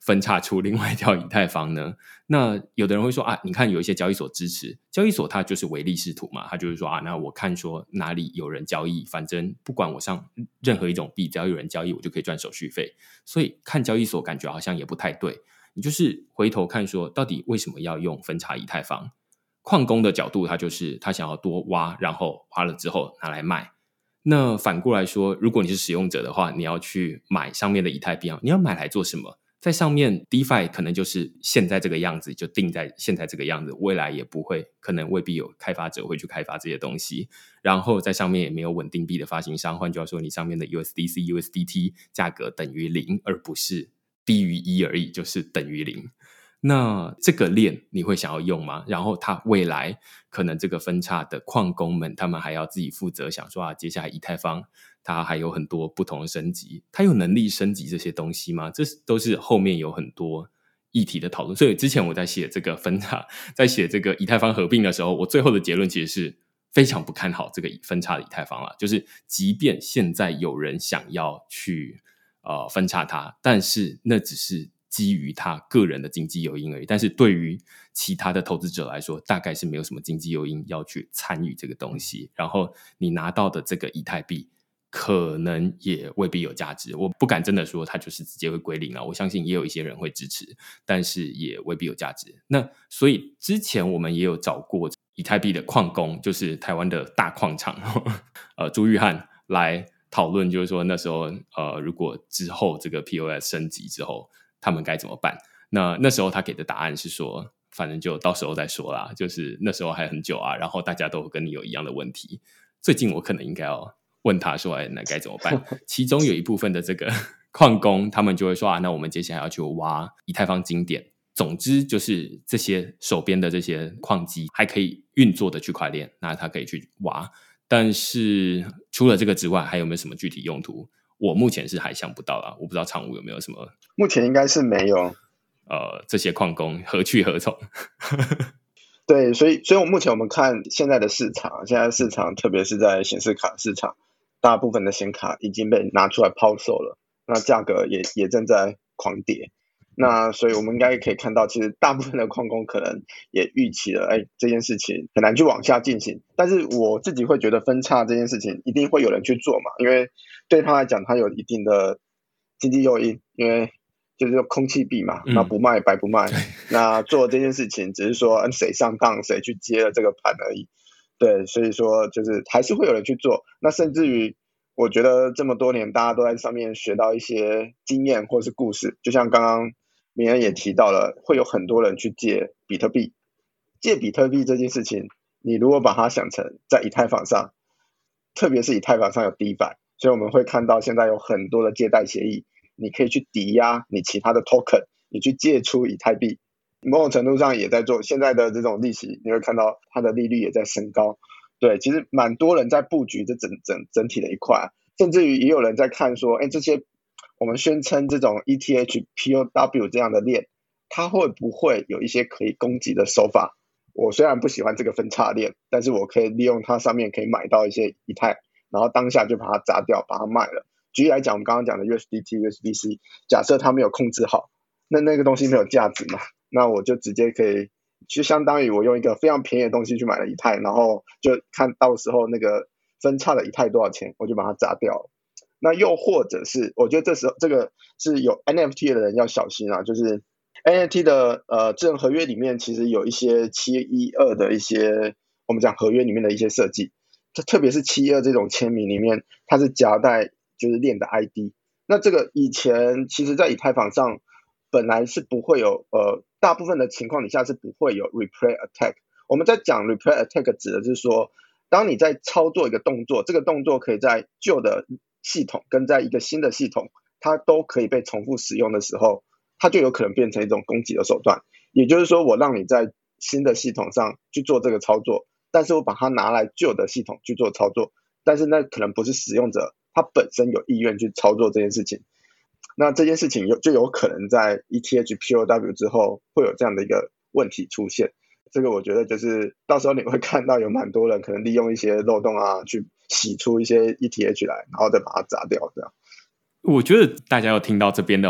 [SPEAKER 1] 分叉出另外一条以太坊呢？那有的人会说啊，你看有一些交易所支持，交易所它就是唯利是图嘛，它就是说啊，那我看说哪里有人交易，反正不管我上任何一种币，只要有人交易，我就可以赚手续费。所以看交易所感觉好像也不太对，你就是回头看说，到底为什么要用分叉以太坊？矿工的角度，他就是他想要多挖，然后挖了之后拿来卖。那反过来说，如果你是使用者的话，你要去买上面的以太币，你要买来做什么？在上面 DeFi 可能就是现在这个样子，就定在现在这个样子，未来也不会，可能未必有开发者会去开发这些东西。然后在上面也没有稳定币的发行商，换句话说，你上面的 U S D C、U S D T 价格等于零，而不是低于一而已，就是等于零。那这个链你会想要用吗？然后它未来可能这个分叉的矿工们，他们还要自己负责，想说啊，接下来以太坊它还有很多不同的升级，它有能力升级这些东西吗？这都是后面有很多议题的讨论。所以之前我在写这个分叉，在写这个以太坊合并的时候，我最后的结论其实是非常不看好这个分叉的以太坊啦，就是即便现在有人想要去呃分叉它，但是那只是基于他个人的经济诱因而已，但是对于其他的投资者来说，大概是没有什么经济诱因要去参与这个东西，然后你拿到的这个以太币可能也未必有价值。我不敢真的说它就是直接会归零了，我相信也有一些人会支持，但是也未必有价值。那所以之前我们也有找过以太币的矿工，就是台湾的大矿场呃，朱玉翰来讨论，就是说那时候呃，如果之后这个 P O S 升级之后他们该怎么办？那那时候他给的答案是说，反正就到时候再说啦，就是那时候还很久啊，然后大家都跟你有一样的问题。最近我可能应该要问他说，哎，那该怎么办？其中有一部分的这个矿工，他们就会说啊，那我们接下来要去挖以太坊经典。总之就是这些手边的这些矿机还可以运作的区块链，那他可以去挖。但是除了这个之外，还有没有什么具体用途？我目前是还想不到啦，我不知道常务有没有什么。
[SPEAKER 2] 目前应该是没有。
[SPEAKER 1] 呃，这些矿工何去何从？
[SPEAKER 2] 对，所以，所以我目前我们看现在的市场，现在市场特别是在显示卡市场，大部分的显卡已经被拿出来抛售了，那价格也也正在狂跌。那所以我们应该可以看到，其实大部分的矿工可能也预期了，哎，这件事情很难去往下进行。但是我自己会觉得分叉这件事情一定会有人去做嘛，因为对他来讲，他有一定的经济诱因，因为就是空气币嘛，那不卖白不卖。嗯、那做这件事情只是说谁上当谁去接了这个盘而已。对，所以说就是还是会有人去做。那甚至于我觉得这么多年大家都在上面学到一些经验或是故事，就像刚刚明恩也提到了，会有很多人去借比特币。借比特币这件事情，你如果把它想成在以太坊上，特别是以太坊上有 DeFi， 所以我们会看到现在有很多的借贷协议，你可以去抵押你其他的 token， 你去借出以太币，某种程度上也在做。现在的这种利息，你会看到它的利率也在升高。对，其实蛮多人在布局这整整整体的一块，甚至于也有人在看说，哎，这些我们宣称这种 E T H P O W 这样的链，它会不会有一些可以攻击的手法？我虽然不喜欢这个分叉链，但是我可以利用它上面可以买到一些以太，然后当下就把它砸掉，把它卖了。举例来讲，我们刚刚讲的 U S D T、U S D C， 假设它没有控制好，那那个东西没有价值嘛，那我就直接可以，就相当于我用一个非常便宜的东西去买了以太，然后就看到时候那个分叉的以太多少钱，我就把它砸掉了。那又或者是，我觉得这时候这个是有 N F T 的人要小心啊，就是 N F T 的呃智能合约里面其实有一些七一二的一些我们讲合约里面的一些设计，特别是七一二这种签名里面，它是夹带就是链的 I D。那这个以前其实在以太坊上本来是不会有呃大部分的情况底下是不会有 replay attack。我们在讲 replay attack 指的是说，当你在操作一个动作，这个动作可以在旧的系统跟在一个新的系统它都可以被重复使用的时候，它就有可能变成一种攻击的手段。也就是说，我让你在新的系统上去做这个操作，但是我把它拿来旧的系统去做操作，但是那可能不是使用者他本身有意愿去操作这件事情。那这件事情有就有可能在 E T H P O W 之后会有这样的一个问题出现。这个我觉得就是到时候你会看到有蛮多人可能利用一些漏洞啊，去洗出一些 E T H 来，然后再把它砸掉这样。
[SPEAKER 1] 我觉得大家要听到这边的话，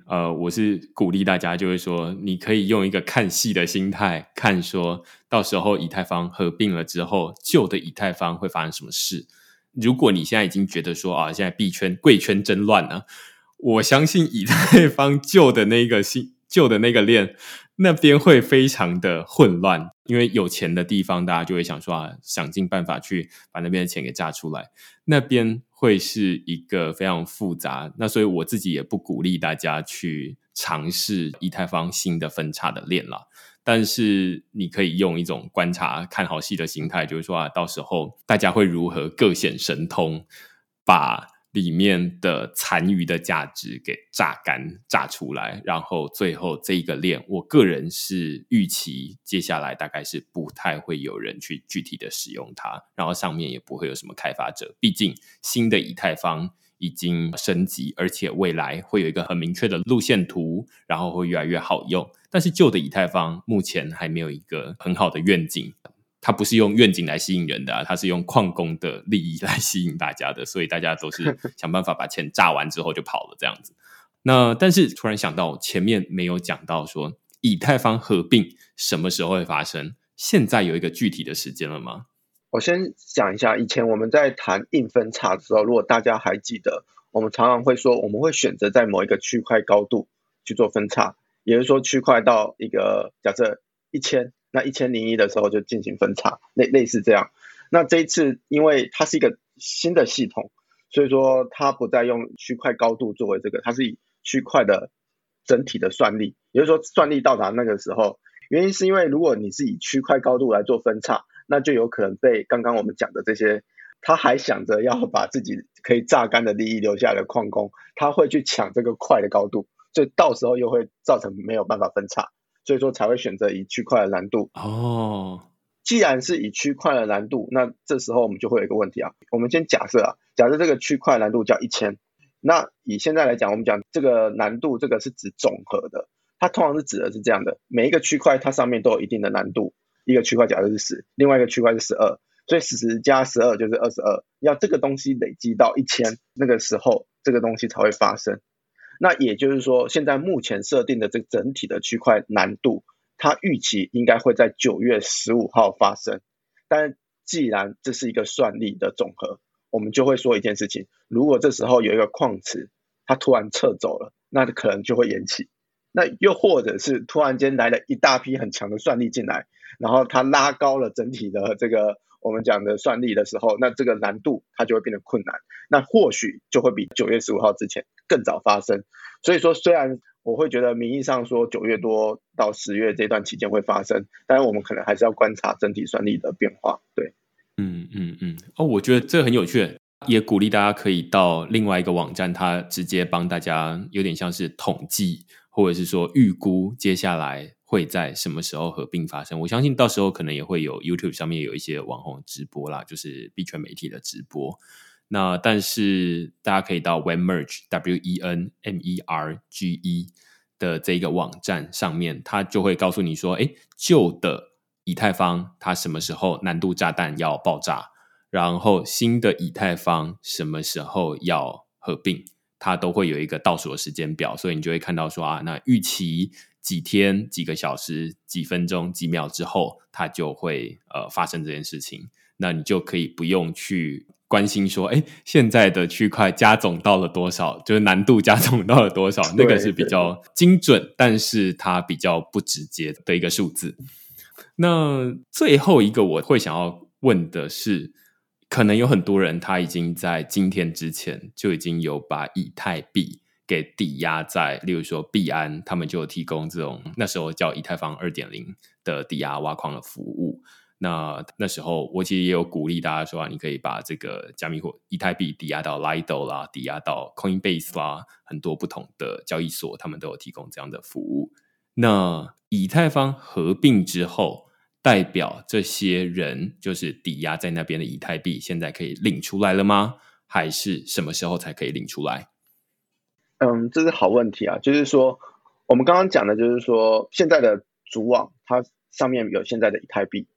[SPEAKER 1] 呃，我是鼓励大家，就是说，你可以用一个看戏的心态，看说到时候以太坊合并了之后，旧的以太坊会发生什么事。如果你现在已经觉得说啊，现在币圈贵圈真乱了，我相信以太坊旧的那个新旧的那个链那边会非常的混乱，因为有钱的地方大家就会想说啊，想尽办法去把那边的钱给榨出来，那边会是一个非常复杂，那所以我自己也不鼓励大家去尝试以太坊新的分叉的链啦。但是你可以用一种观察看好戏的心态，就是说啊，到时候大家会如何各显神通，把里面的残余的价值给榨干榨出来，然后最后这一个链，我个人是预期接下来大概是不太会有人去具体的使用它，然后上面也不会有什么开发者，毕竟新的以太坊已经升级，而且未来会有一个很明确的路线图，然后会越来越好用。但是旧的以太坊目前还没有一个很好的愿景，它不是用愿景来吸引人的啊，它是用矿工的利益来吸引大家的，所以大家都是想办法把钱榨完之后就跑了这样子。那但是突然想到前面没有讲到说以太坊合并什么时候会发生，现在有一个具体的时间了吗？
[SPEAKER 2] 我先讲一下，以前我们在谈硬分叉的时候，如果大家还记得，我们常常会说我们会选择在某一个区块高度去做分叉，也就是说区块到一个假设一千，那一千零一的时候就进行分叉，类类似这样。那这一次因为它是一个新的系统，所以说它不再用区块高度作为这个，它是以区块的整体的算力，也就是说算力到达那个时候，原因是因为如果你是以区块高度来做分叉，那就有可能被刚刚我们讲的这些他还想着要把自己可以榨干的利益留下来的矿工，他会去抢这个块的高度，所以到时候又会造成没有办法分叉，所以说才会选择以区块的难度。
[SPEAKER 1] 哦，
[SPEAKER 2] 既然是以区块的难度，那这时候我们就会有一个问题啊，我们先假设啊，假设这个区块难度叫一千，那以现在来讲，我们讲这个难度，这个是指总和的，它通常是指的是这样的，每一个区块它上面都有一定的难度，一个区块假设是十，另外一个区块是十二，所以十加十二就是二十二，要这个东西累积到一千，那个时候这个东西才会发生。那也就是说，现在目前设定的这整体的区块难度，它预期应该会在九月十五号发生。但既然这是一个算力的总和，我们就会说一件事情，如果这时候有一个矿池它突然撤走了，那可能就会延期。那又或者是突然间来了一大批很强的算力进来，然后它拉高了整体的这个我们讲的算力的时候，那这个难度它就会变得困难，那或许就会比九月十五号之前更早发生。所以说虽然我会觉得名义上说九月多到十月这段期间会发生，但是我们可能还是要观察整体算力的变化。对，
[SPEAKER 1] 嗯嗯嗯，哦，我觉得这很有趣，也鼓励大家可以到另外一个网站，它直接帮大家有点像是统计，或者是说预估接下来会在什么时候合并发生。我相信到时候可能也会有 YouTube 上面有一些网红直播啦，就是币圈媒体的直播。那但是大家可以到 Wenmerge W E N M E R G E 的这个网站上面，它就会告诉你说，哎，旧的以太坊它什么时候难度炸弹要爆炸，然后新的以太坊什么时候要合并，它都会有一个倒数的时间表，所以你就会看到说啊，那预期几天、几个小时、几分钟、几秒之后，它就会呃发生这件事情。那你就可以不用去关心说，哎，现在的区块加总到了多少，就是难度加总到了多少，那个是比较精准，但是它比较不直接的一个数字。那最后一个我会想要问的是，可能有很多人他已经在今天之前就已经有把以太币给抵押在，例如说币安，他们就有提供这种那时候叫以太坊 二点零 的抵押挖矿的服务。那那时候我其实也有鼓励大家说、啊、你可以把这个加密货以太币抵押到 Lido 啦，抵押到 Coinbase 啦，很多不同的交易所他们都有提供这样的服务。那以太坊合并之后，代表这些人就是抵押在那边的以太币现在可以领出来了吗？还是什么时候才可以领出来？
[SPEAKER 2] 嗯，这是好问题啊，就是说我们刚刚讲的就是说现在的主网它上面有现在的以太币，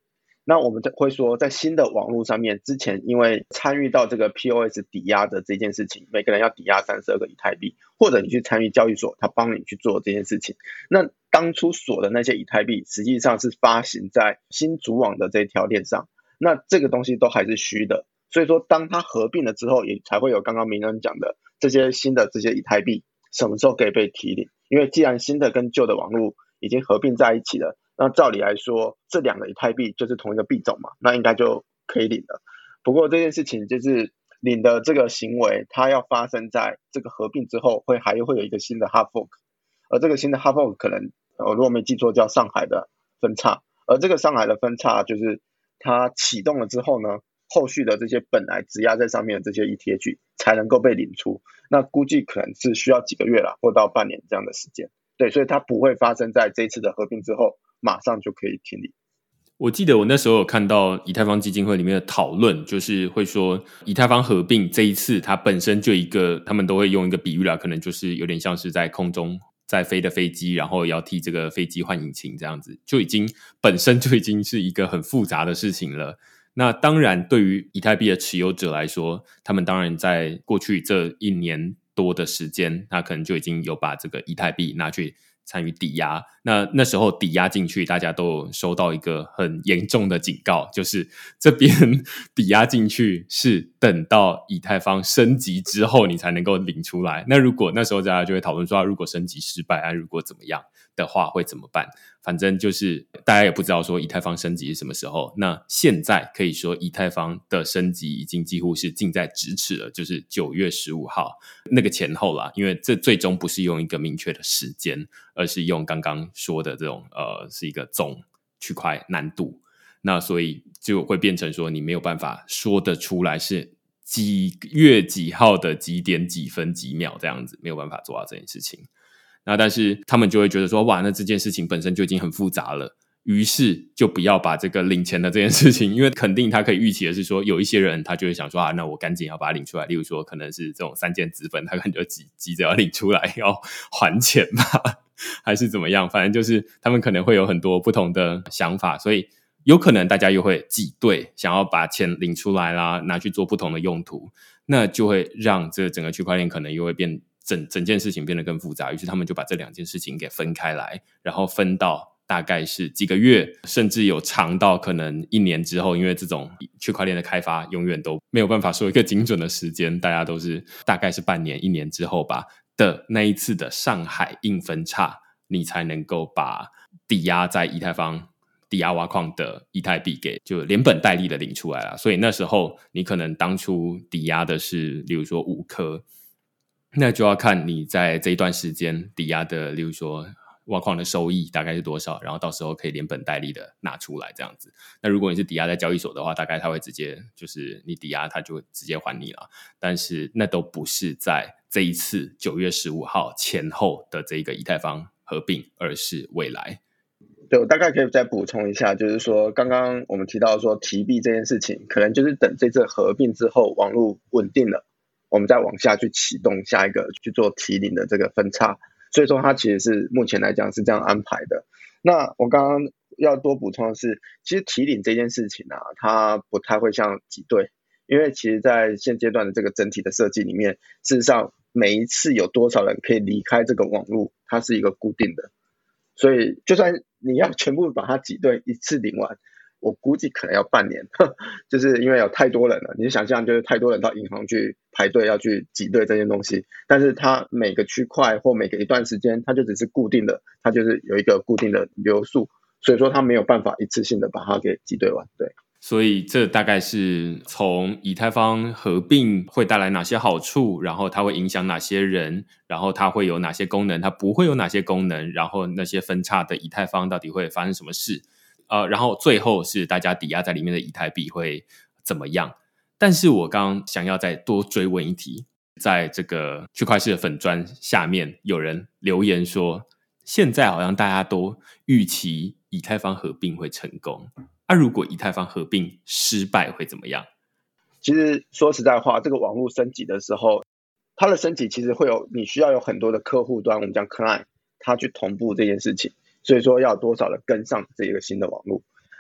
[SPEAKER 2] 那我们会说，在新的网络上面，之前因为参与到这个 P O S 抵押的这件事情，每个人要抵押三十二个以太币，或者你去参与交易所，他帮你去做这件事情。那当初锁的那些以太币，实际上是发行在新主网的这条链上，那这个东西都还是虚的。所以说，当它合并了之后，也才会有刚刚明恩讲的这些新的这些以太币什么时候可以被提领？因为既然新的跟旧的网络已经合并在一起了，那照理来说，这两个以太币就是同一个币种嘛，那应该就可以领了。不过这件事情就是领的这个行为，它要发生在这个合并之后，会还会有一个新的 hard fork， 而这个新的 hard fork 可能，呃，如果没记错叫上海的分叉，而这个上海的分叉就是它启动了之后呢，后续的这些本来质押在上面的这些 E T H 才能够被领出，那估计可能是需要几个月啦，或到半年这样的时间。对，所以它不会发生在这一次的合并之后马上就可以提领。
[SPEAKER 1] 我记得我那时候有看到以太坊基金会里面的讨论，就是会说以太坊合并这一次它本身就一个，他们都会用一个比喻啦，可能就是有点像是在空中在飞的飞机，然后要替这个飞机换引擎这样子，就已经本身就已经是一个很复杂的事情了。那当然对于以太币的持有者来说，他们当然在过去这一年多的时间，他可能就已经有把这个以太币拿去参与抵押。那那时候抵押进去，大家都有收到一个很严重的警告，就是这边抵押进去是等到以太坊升级之后你才能够领出来。那如果那时候大家就会讨论说，如果升级失败啊，如果怎么样的话会怎么办？反正就是大家也不知道说以太坊升级是什么时候。那现在可以说以太坊的升级已经几乎是近在咫尺了，就是九月十五号那个前后啦，因为这最终不是用一个明确的时间，而是用刚刚说的这种呃是一个总区块难度。那所以就会变成说你没有办法说得出来是几月几号的几点几分几秒这样子，没有办法做到这件事情。那但是他们就会觉得说，哇，那这件事情本身就已经很复杂了，于是就不要把这个领钱的这件事情，因为肯定他可以预期的是说，有一些人他就会想说啊，那我赶紧要把它领出来，例如说可能是这种三件子粉，他可能就急急着要领出来要还钱吧，还是怎么样，反正就是他们可能会有很多不同的想法，所以有可能大家又会挤兑，想要把钱领出来啦，拿去做不同的用途，那就会让这整个区块链可能又会变整整件事情变得更复杂，于是他们就把这两件事情给分开来，然后分到大概是几个月，甚至有长到可能一年之后，因为这种区块链的开发永远都没有办法说一个精准的时间，大家都是大概是半年一年之后吧的那一次的上海硬分叉，你才能够把抵押在以太坊抵押挖矿的以太币给就连本带利的领出来了。所以那时候你可能当初抵押的是例如说五颗，那就要看你在这一段时间抵押的例如说挖矿的收益大概是多少，然后到时候可以连本带利的拿出来这样子。那如果你是抵押在交易所的话，大概它会直接就是你抵押它就直接还你了，但是那都不是在这一次九月十五号前后的这个以太坊合并，而是未来。
[SPEAKER 2] 对，我大概可以再补充一下，就是说刚刚我们提到说提币这件事情，可能就是等这次合并之后网络稳定了，我们再往下去启动下一个去做提领的这个分叉，所以说它其实是目前来讲是这样安排的。那我刚刚要多补充的是，其实提领这件事情啊，它不太会像挤兑，因为其实在现阶段的这个整体的设计里面，事实上每一次有多少人可以离开这个网络，它是一个固定的，所以就算你要全部把它挤兑一次领完，我估计可能要半年，就是因为有太多人了。你就想象，就是太多人到银行去排队要去挤兑这件东西，但是它每个区块或每个一段时间，它就只是固定的，它就是有一个固定的流速，所以说它没有办法一次性的把它给挤兑完。对，
[SPEAKER 1] 所以这大概是从以太坊合并会带来哪些好处，然后它会影响哪些人，然后它会有哪些功能，它不会有哪些功能，然后那些分叉的以太坊到底会发生什么事，呃，然后最后是大家抵押在里面的以太币会怎么样。但是我刚刚想要再多追问一题，在这个区块链的粉专下面有人留言说，现在好像大家都预期以太坊合并会成功，啊，如果以太坊合并失败会怎么样？
[SPEAKER 2] 其实说实在话，这个网络升级的时候，它的升级其实会有你需要有很多的客户端，我们讲 client， 它去同步这件事情，所以说要有多少人跟上这个新的网络。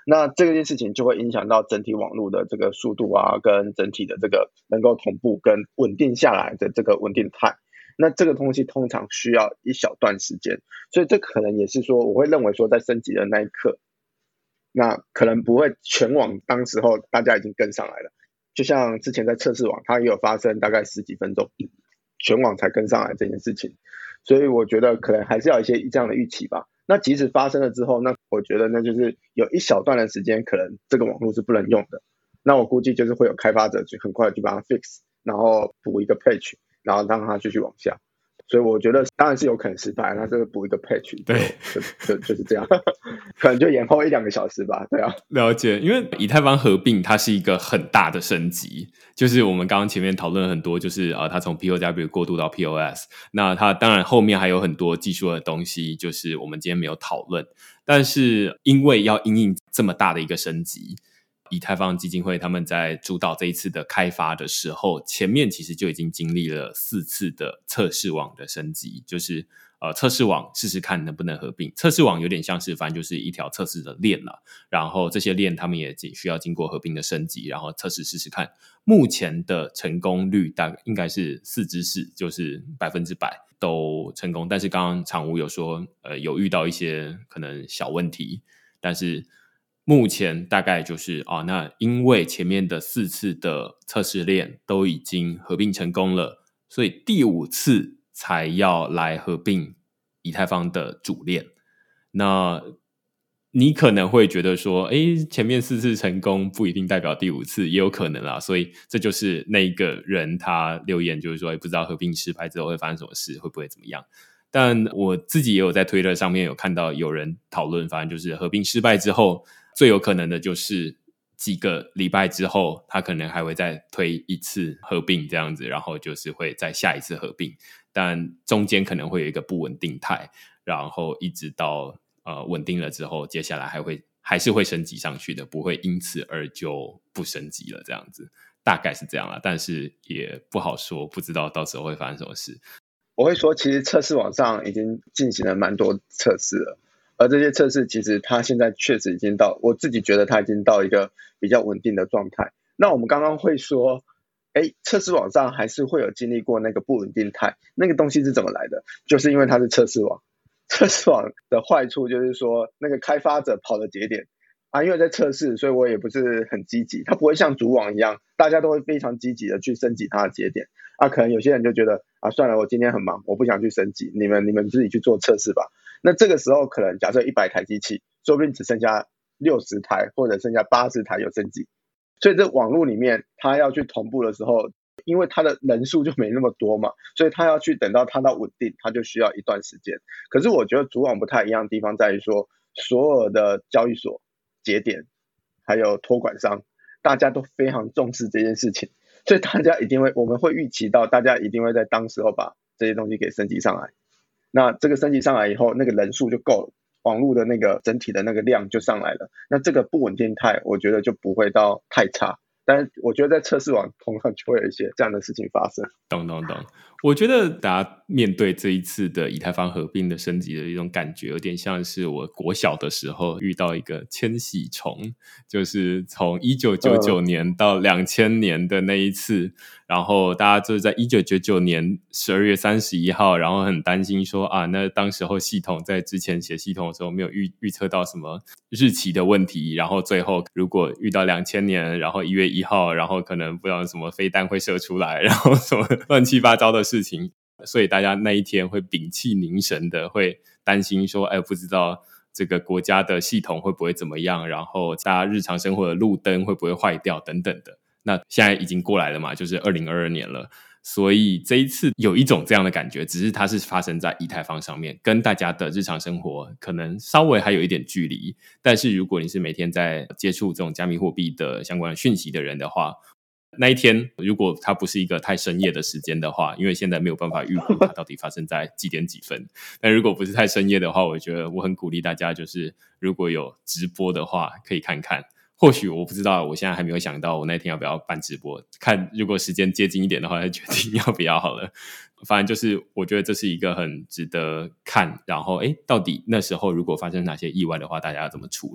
[SPEAKER 2] 那这件事情就会影响到整体网络的这个速度啊，跟整体的这个能够同步跟稳定下来的这个稳定态。那这个东西通常需要一小段时间，所以这可能也是说，我会认为说在升级的那一刻，那可能不会全网当时候大家已经跟上来了。就像之前在测试网，它也有发生大概十几分钟，全网才跟上来这件事情，所以我觉得可能还是要有一些这样的预期吧。那即使发生了之后，那我觉得那就是有一小段的时间，可能这个网络是不能用的。那我估计就是会有开发者就很快就把它 fix， 然后补一个 patch， 然后让它继续往下。所以我觉得当然是有可能失败，那这个补一个 patch，
[SPEAKER 1] 对，
[SPEAKER 2] 就就就是这样，可能就延后一两个小时吧，对啊。
[SPEAKER 1] 了解，因为以太坊合并它是一个很大的升级，就是我们刚刚前面讨论了很多，就是呃，它从 P O W 过渡到 P O S， 那它当然后面还有很多技术的东西，就是我们今天没有讨论，但是因为要因应这么大的一个升级，以太坊基金会他们在主导这一次的开发的时候，前面其实就已经经历了四次的测试网的升级，就是呃测试网试试看能不能合并。测试网有点像是反正就是一条测试的链啦，然后这些链他们也需要经过合并的升级，然后测试试试看。目前的成功率大概应该是四之四，就是百分之百都成功。但是刚刚常务有说，呃，有遇到一些可能小问题，但是目前大概就是啊，那因为前面的四次的测试链都已经合并成功了，所以第五次才要来合并以太坊的主链。那你可能会觉得说，诶，前面四次成功不一定代表第五次，也有可能啦。所以这就是那个人他留言，就是说，不知道合并失败之后会发生什么事，会不会怎么样？但我自己也有在推特上面有看到有人讨论，反正就是合并失败之后，最有可能的就是几个礼拜之后，他可能还会再推一次合并这样子，然后就是会再下一次合并，但中间可能会有一个不稳定态，然后一直到呃稳定了之后，接下来还会还是会升级上去的，不会因此而就不升级了这样子，大概是这样啦，但是也不好说，不知道到时候会发生什么事。
[SPEAKER 2] 我会说，其实测试网上已经进行了蛮多测试了，而这些测试其实它现在确实已经到，我自己觉得它已经到一个比较稳定的状态。那我们刚刚会说，哎，测试网上还是会有经历过那个不稳定态，那个东西是怎么来的？就是因为它是测试网，测试网的坏处就是说，那个开发者跑的节点啊，因为在测试，所以我也不是很积极，它不会像主网一样，大家都会非常积极的去升级它的节点。啊，可能有些人就觉得啊，算了，我今天很忙，我不想去升级，你们你们自己去做测试吧。那这个时候可能假设一百台机器，说不定只剩下六十台或者剩下八十台有升级，所以这网络里面它要去同步的时候，因为它的人数就没那么多嘛，所以它要去等到它到稳定，它就需要一段时间。可是我觉得主网不太一样的地方在于说，所有的交易所、节点还有托管商，大家都非常重视这件事情。所以大家一定会，我们会预期到大家一定会在当时候把这些东西给升级上来。那这个升级上来以后，那个人数就够了，网络的那个整体的那个量就上来了。那这个不稳定态，我觉得就不会到太差。但是我觉得在测试网同样就会有一些这样的事情发生。
[SPEAKER 1] 懂懂懂，我觉得大家面对这一次的以太坊合并的升级的一种感觉，有点像是我国小的时候遇到一个千禧虫，就是从一九九九年到两千年的那一次，嗯、然后大家就是在一九九九年十二月三十一号，然后很担心说啊，那当时候系统在之前写系统的时候没有预预测到什么日期的问题，然后最后如果遇到两千年，然后一月一号，然后可能不知道什么飞弹会射出来，然后什么乱七八糟的事情，所以大家那一天会屏气凝神的，会担心说，哎，不知道这个国家的系统会不会怎么样，然后大家日常生活的路灯会不会坏掉等等的。那现在已经过来了嘛，就是二零二二年了，所以这一次有一种这样的感觉，只是它是发生在以太坊上面，跟大家的日常生活可能稍微还有一点距离，但是如果你是每天在接触这种加密货币的相关的讯息的人的话，那一天如果它不是一个太深夜的时间的话，因为现在没有办法预估它到底发生在几点几分，但如果不是太深夜的话，我觉得我很鼓励大家，就是如果有直播的话可以看看，或许我不知道，我现在还没有想到我那天要不要办直播，看如果时间接近一点的话再决定要不要好了。反正就是我觉得这是一个很值得看，然后诶到底那时候如果发生哪些意外的话，大家要怎么处理，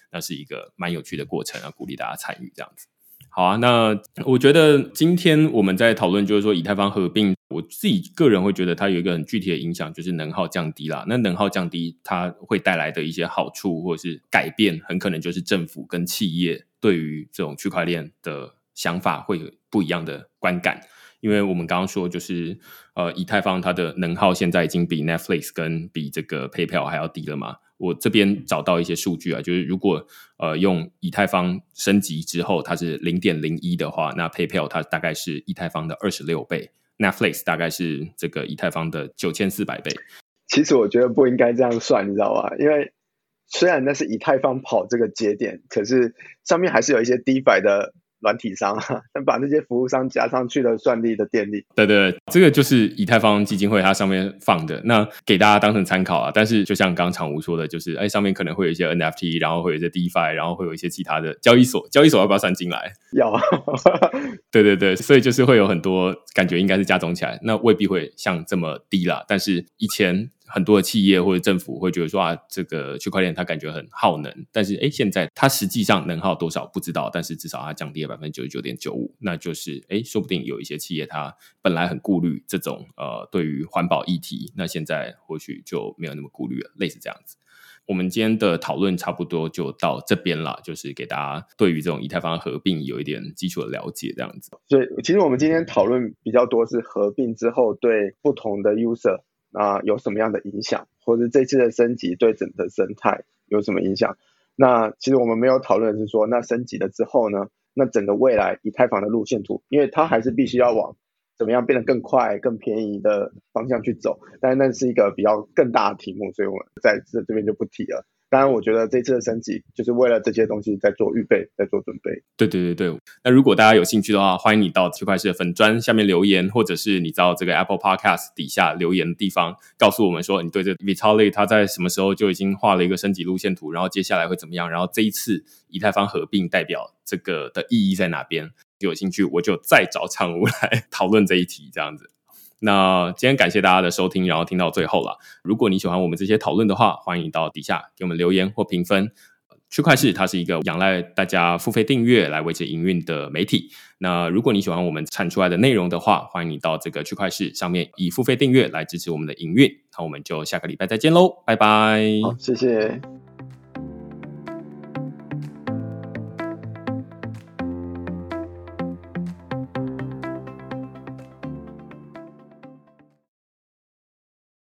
[SPEAKER 1] 那是一个蛮有趣的过程啊，鼓励大家参与这样子。好啊，那我觉得今天我们在讨论就是说以太坊合并，我自己个人会觉得它有一个很具体的影响，就是能耗降低啦。那能耗降低它会带来的一些好处或者是改变，很可能就是政府跟企业对于这种区块链的想法会有不一样的观感。因为我们刚刚说就是呃，以太坊它的能耗现在已经比 Netflix 跟比这个 PayPal 还要低了嘛。我这边找到一些数据啊，就是如果呃用以太坊升级之后它是 零点零一 的话，那 PayPal 它大概是以太坊的二十六倍， Netflix 大概是这个以太坊的九千四百倍。
[SPEAKER 2] 其实我觉得不应该这样算，你知道吗？因为虽然那是以太坊跑这个节点，可是上面还是有一些 DeFi 的软体商啊，但把那些服务商加上去的算力的电力。
[SPEAKER 1] 对对，这个就是以太坊基金会它上面放的，那给大家当成参考啊。但是就像刚刚常吴说的，就是哎，上面可能会有一些 N F T， 然后会有一些 DeFi， 然后会有一些其他的交易所，交易所要不要算进来？
[SPEAKER 2] 要啊。
[SPEAKER 1] 对对对，所以就是会有很多感觉应该是加总起来，那未必会像这么低啦。但是以前很多的企业或者政府会觉得说啊，这个区块链它感觉很耗能，但是哎，现在它实际上能耗多少不知道，但是至少它降低了 百分之九十九点九五， 那就是哎，说不定有一些企业它本来很顾虑这种呃对于环保议题，那现在或许就没有那么顾虑了，类似这样子。我们今天的讨论差不多就到这边了，就是给大家对于这种以太坊合并有一点基础的了解这样子。
[SPEAKER 2] 所以其实我们今天讨论比较多是合并之后对不同的 user啊、呃、有什么样的影响，或者这次的升级对整个生态有什么影响。那其实我们没有讨论的是说，那升级了之后呢，那整个未来以太坊的路线图，因为它还是必须要往怎么样变得更快更便宜的方向去走，但是那是一个比较更大的题目，所以我们在这这边就不提了。当然我觉得这次的升级就是为了这些东西在做预备，在做准备。
[SPEAKER 1] 对对对对，那如果大家有兴趣的话，欢迎你到区块市的粉专下面留言，或者是你到这个 Apple Podcast 底下留言的地方告诉我们说你对这个 Vitalik 他在什么时候就已经画了一个升级路线图，然后接下来会怎么样，然后这一次以太坊合并代表这个的意义在哪边，有兴趣我就再找常务来讨论这一题这样子。那今天感谢大家的收听，然后听到最后了。如果你喜欢我们这些讨论的话，欢迎到底下给我们留言或评分。区块市它是一个仰赖大家付费订阅来维持营运的媒体。那如果你喜欢我们产出来的内容的话，欢迎你到这个区块市上面以付费订阅来支持我们的营运。那我们就下个礼拜再见喽，拜拜。
[SPEAKER 2] 好，谢谢。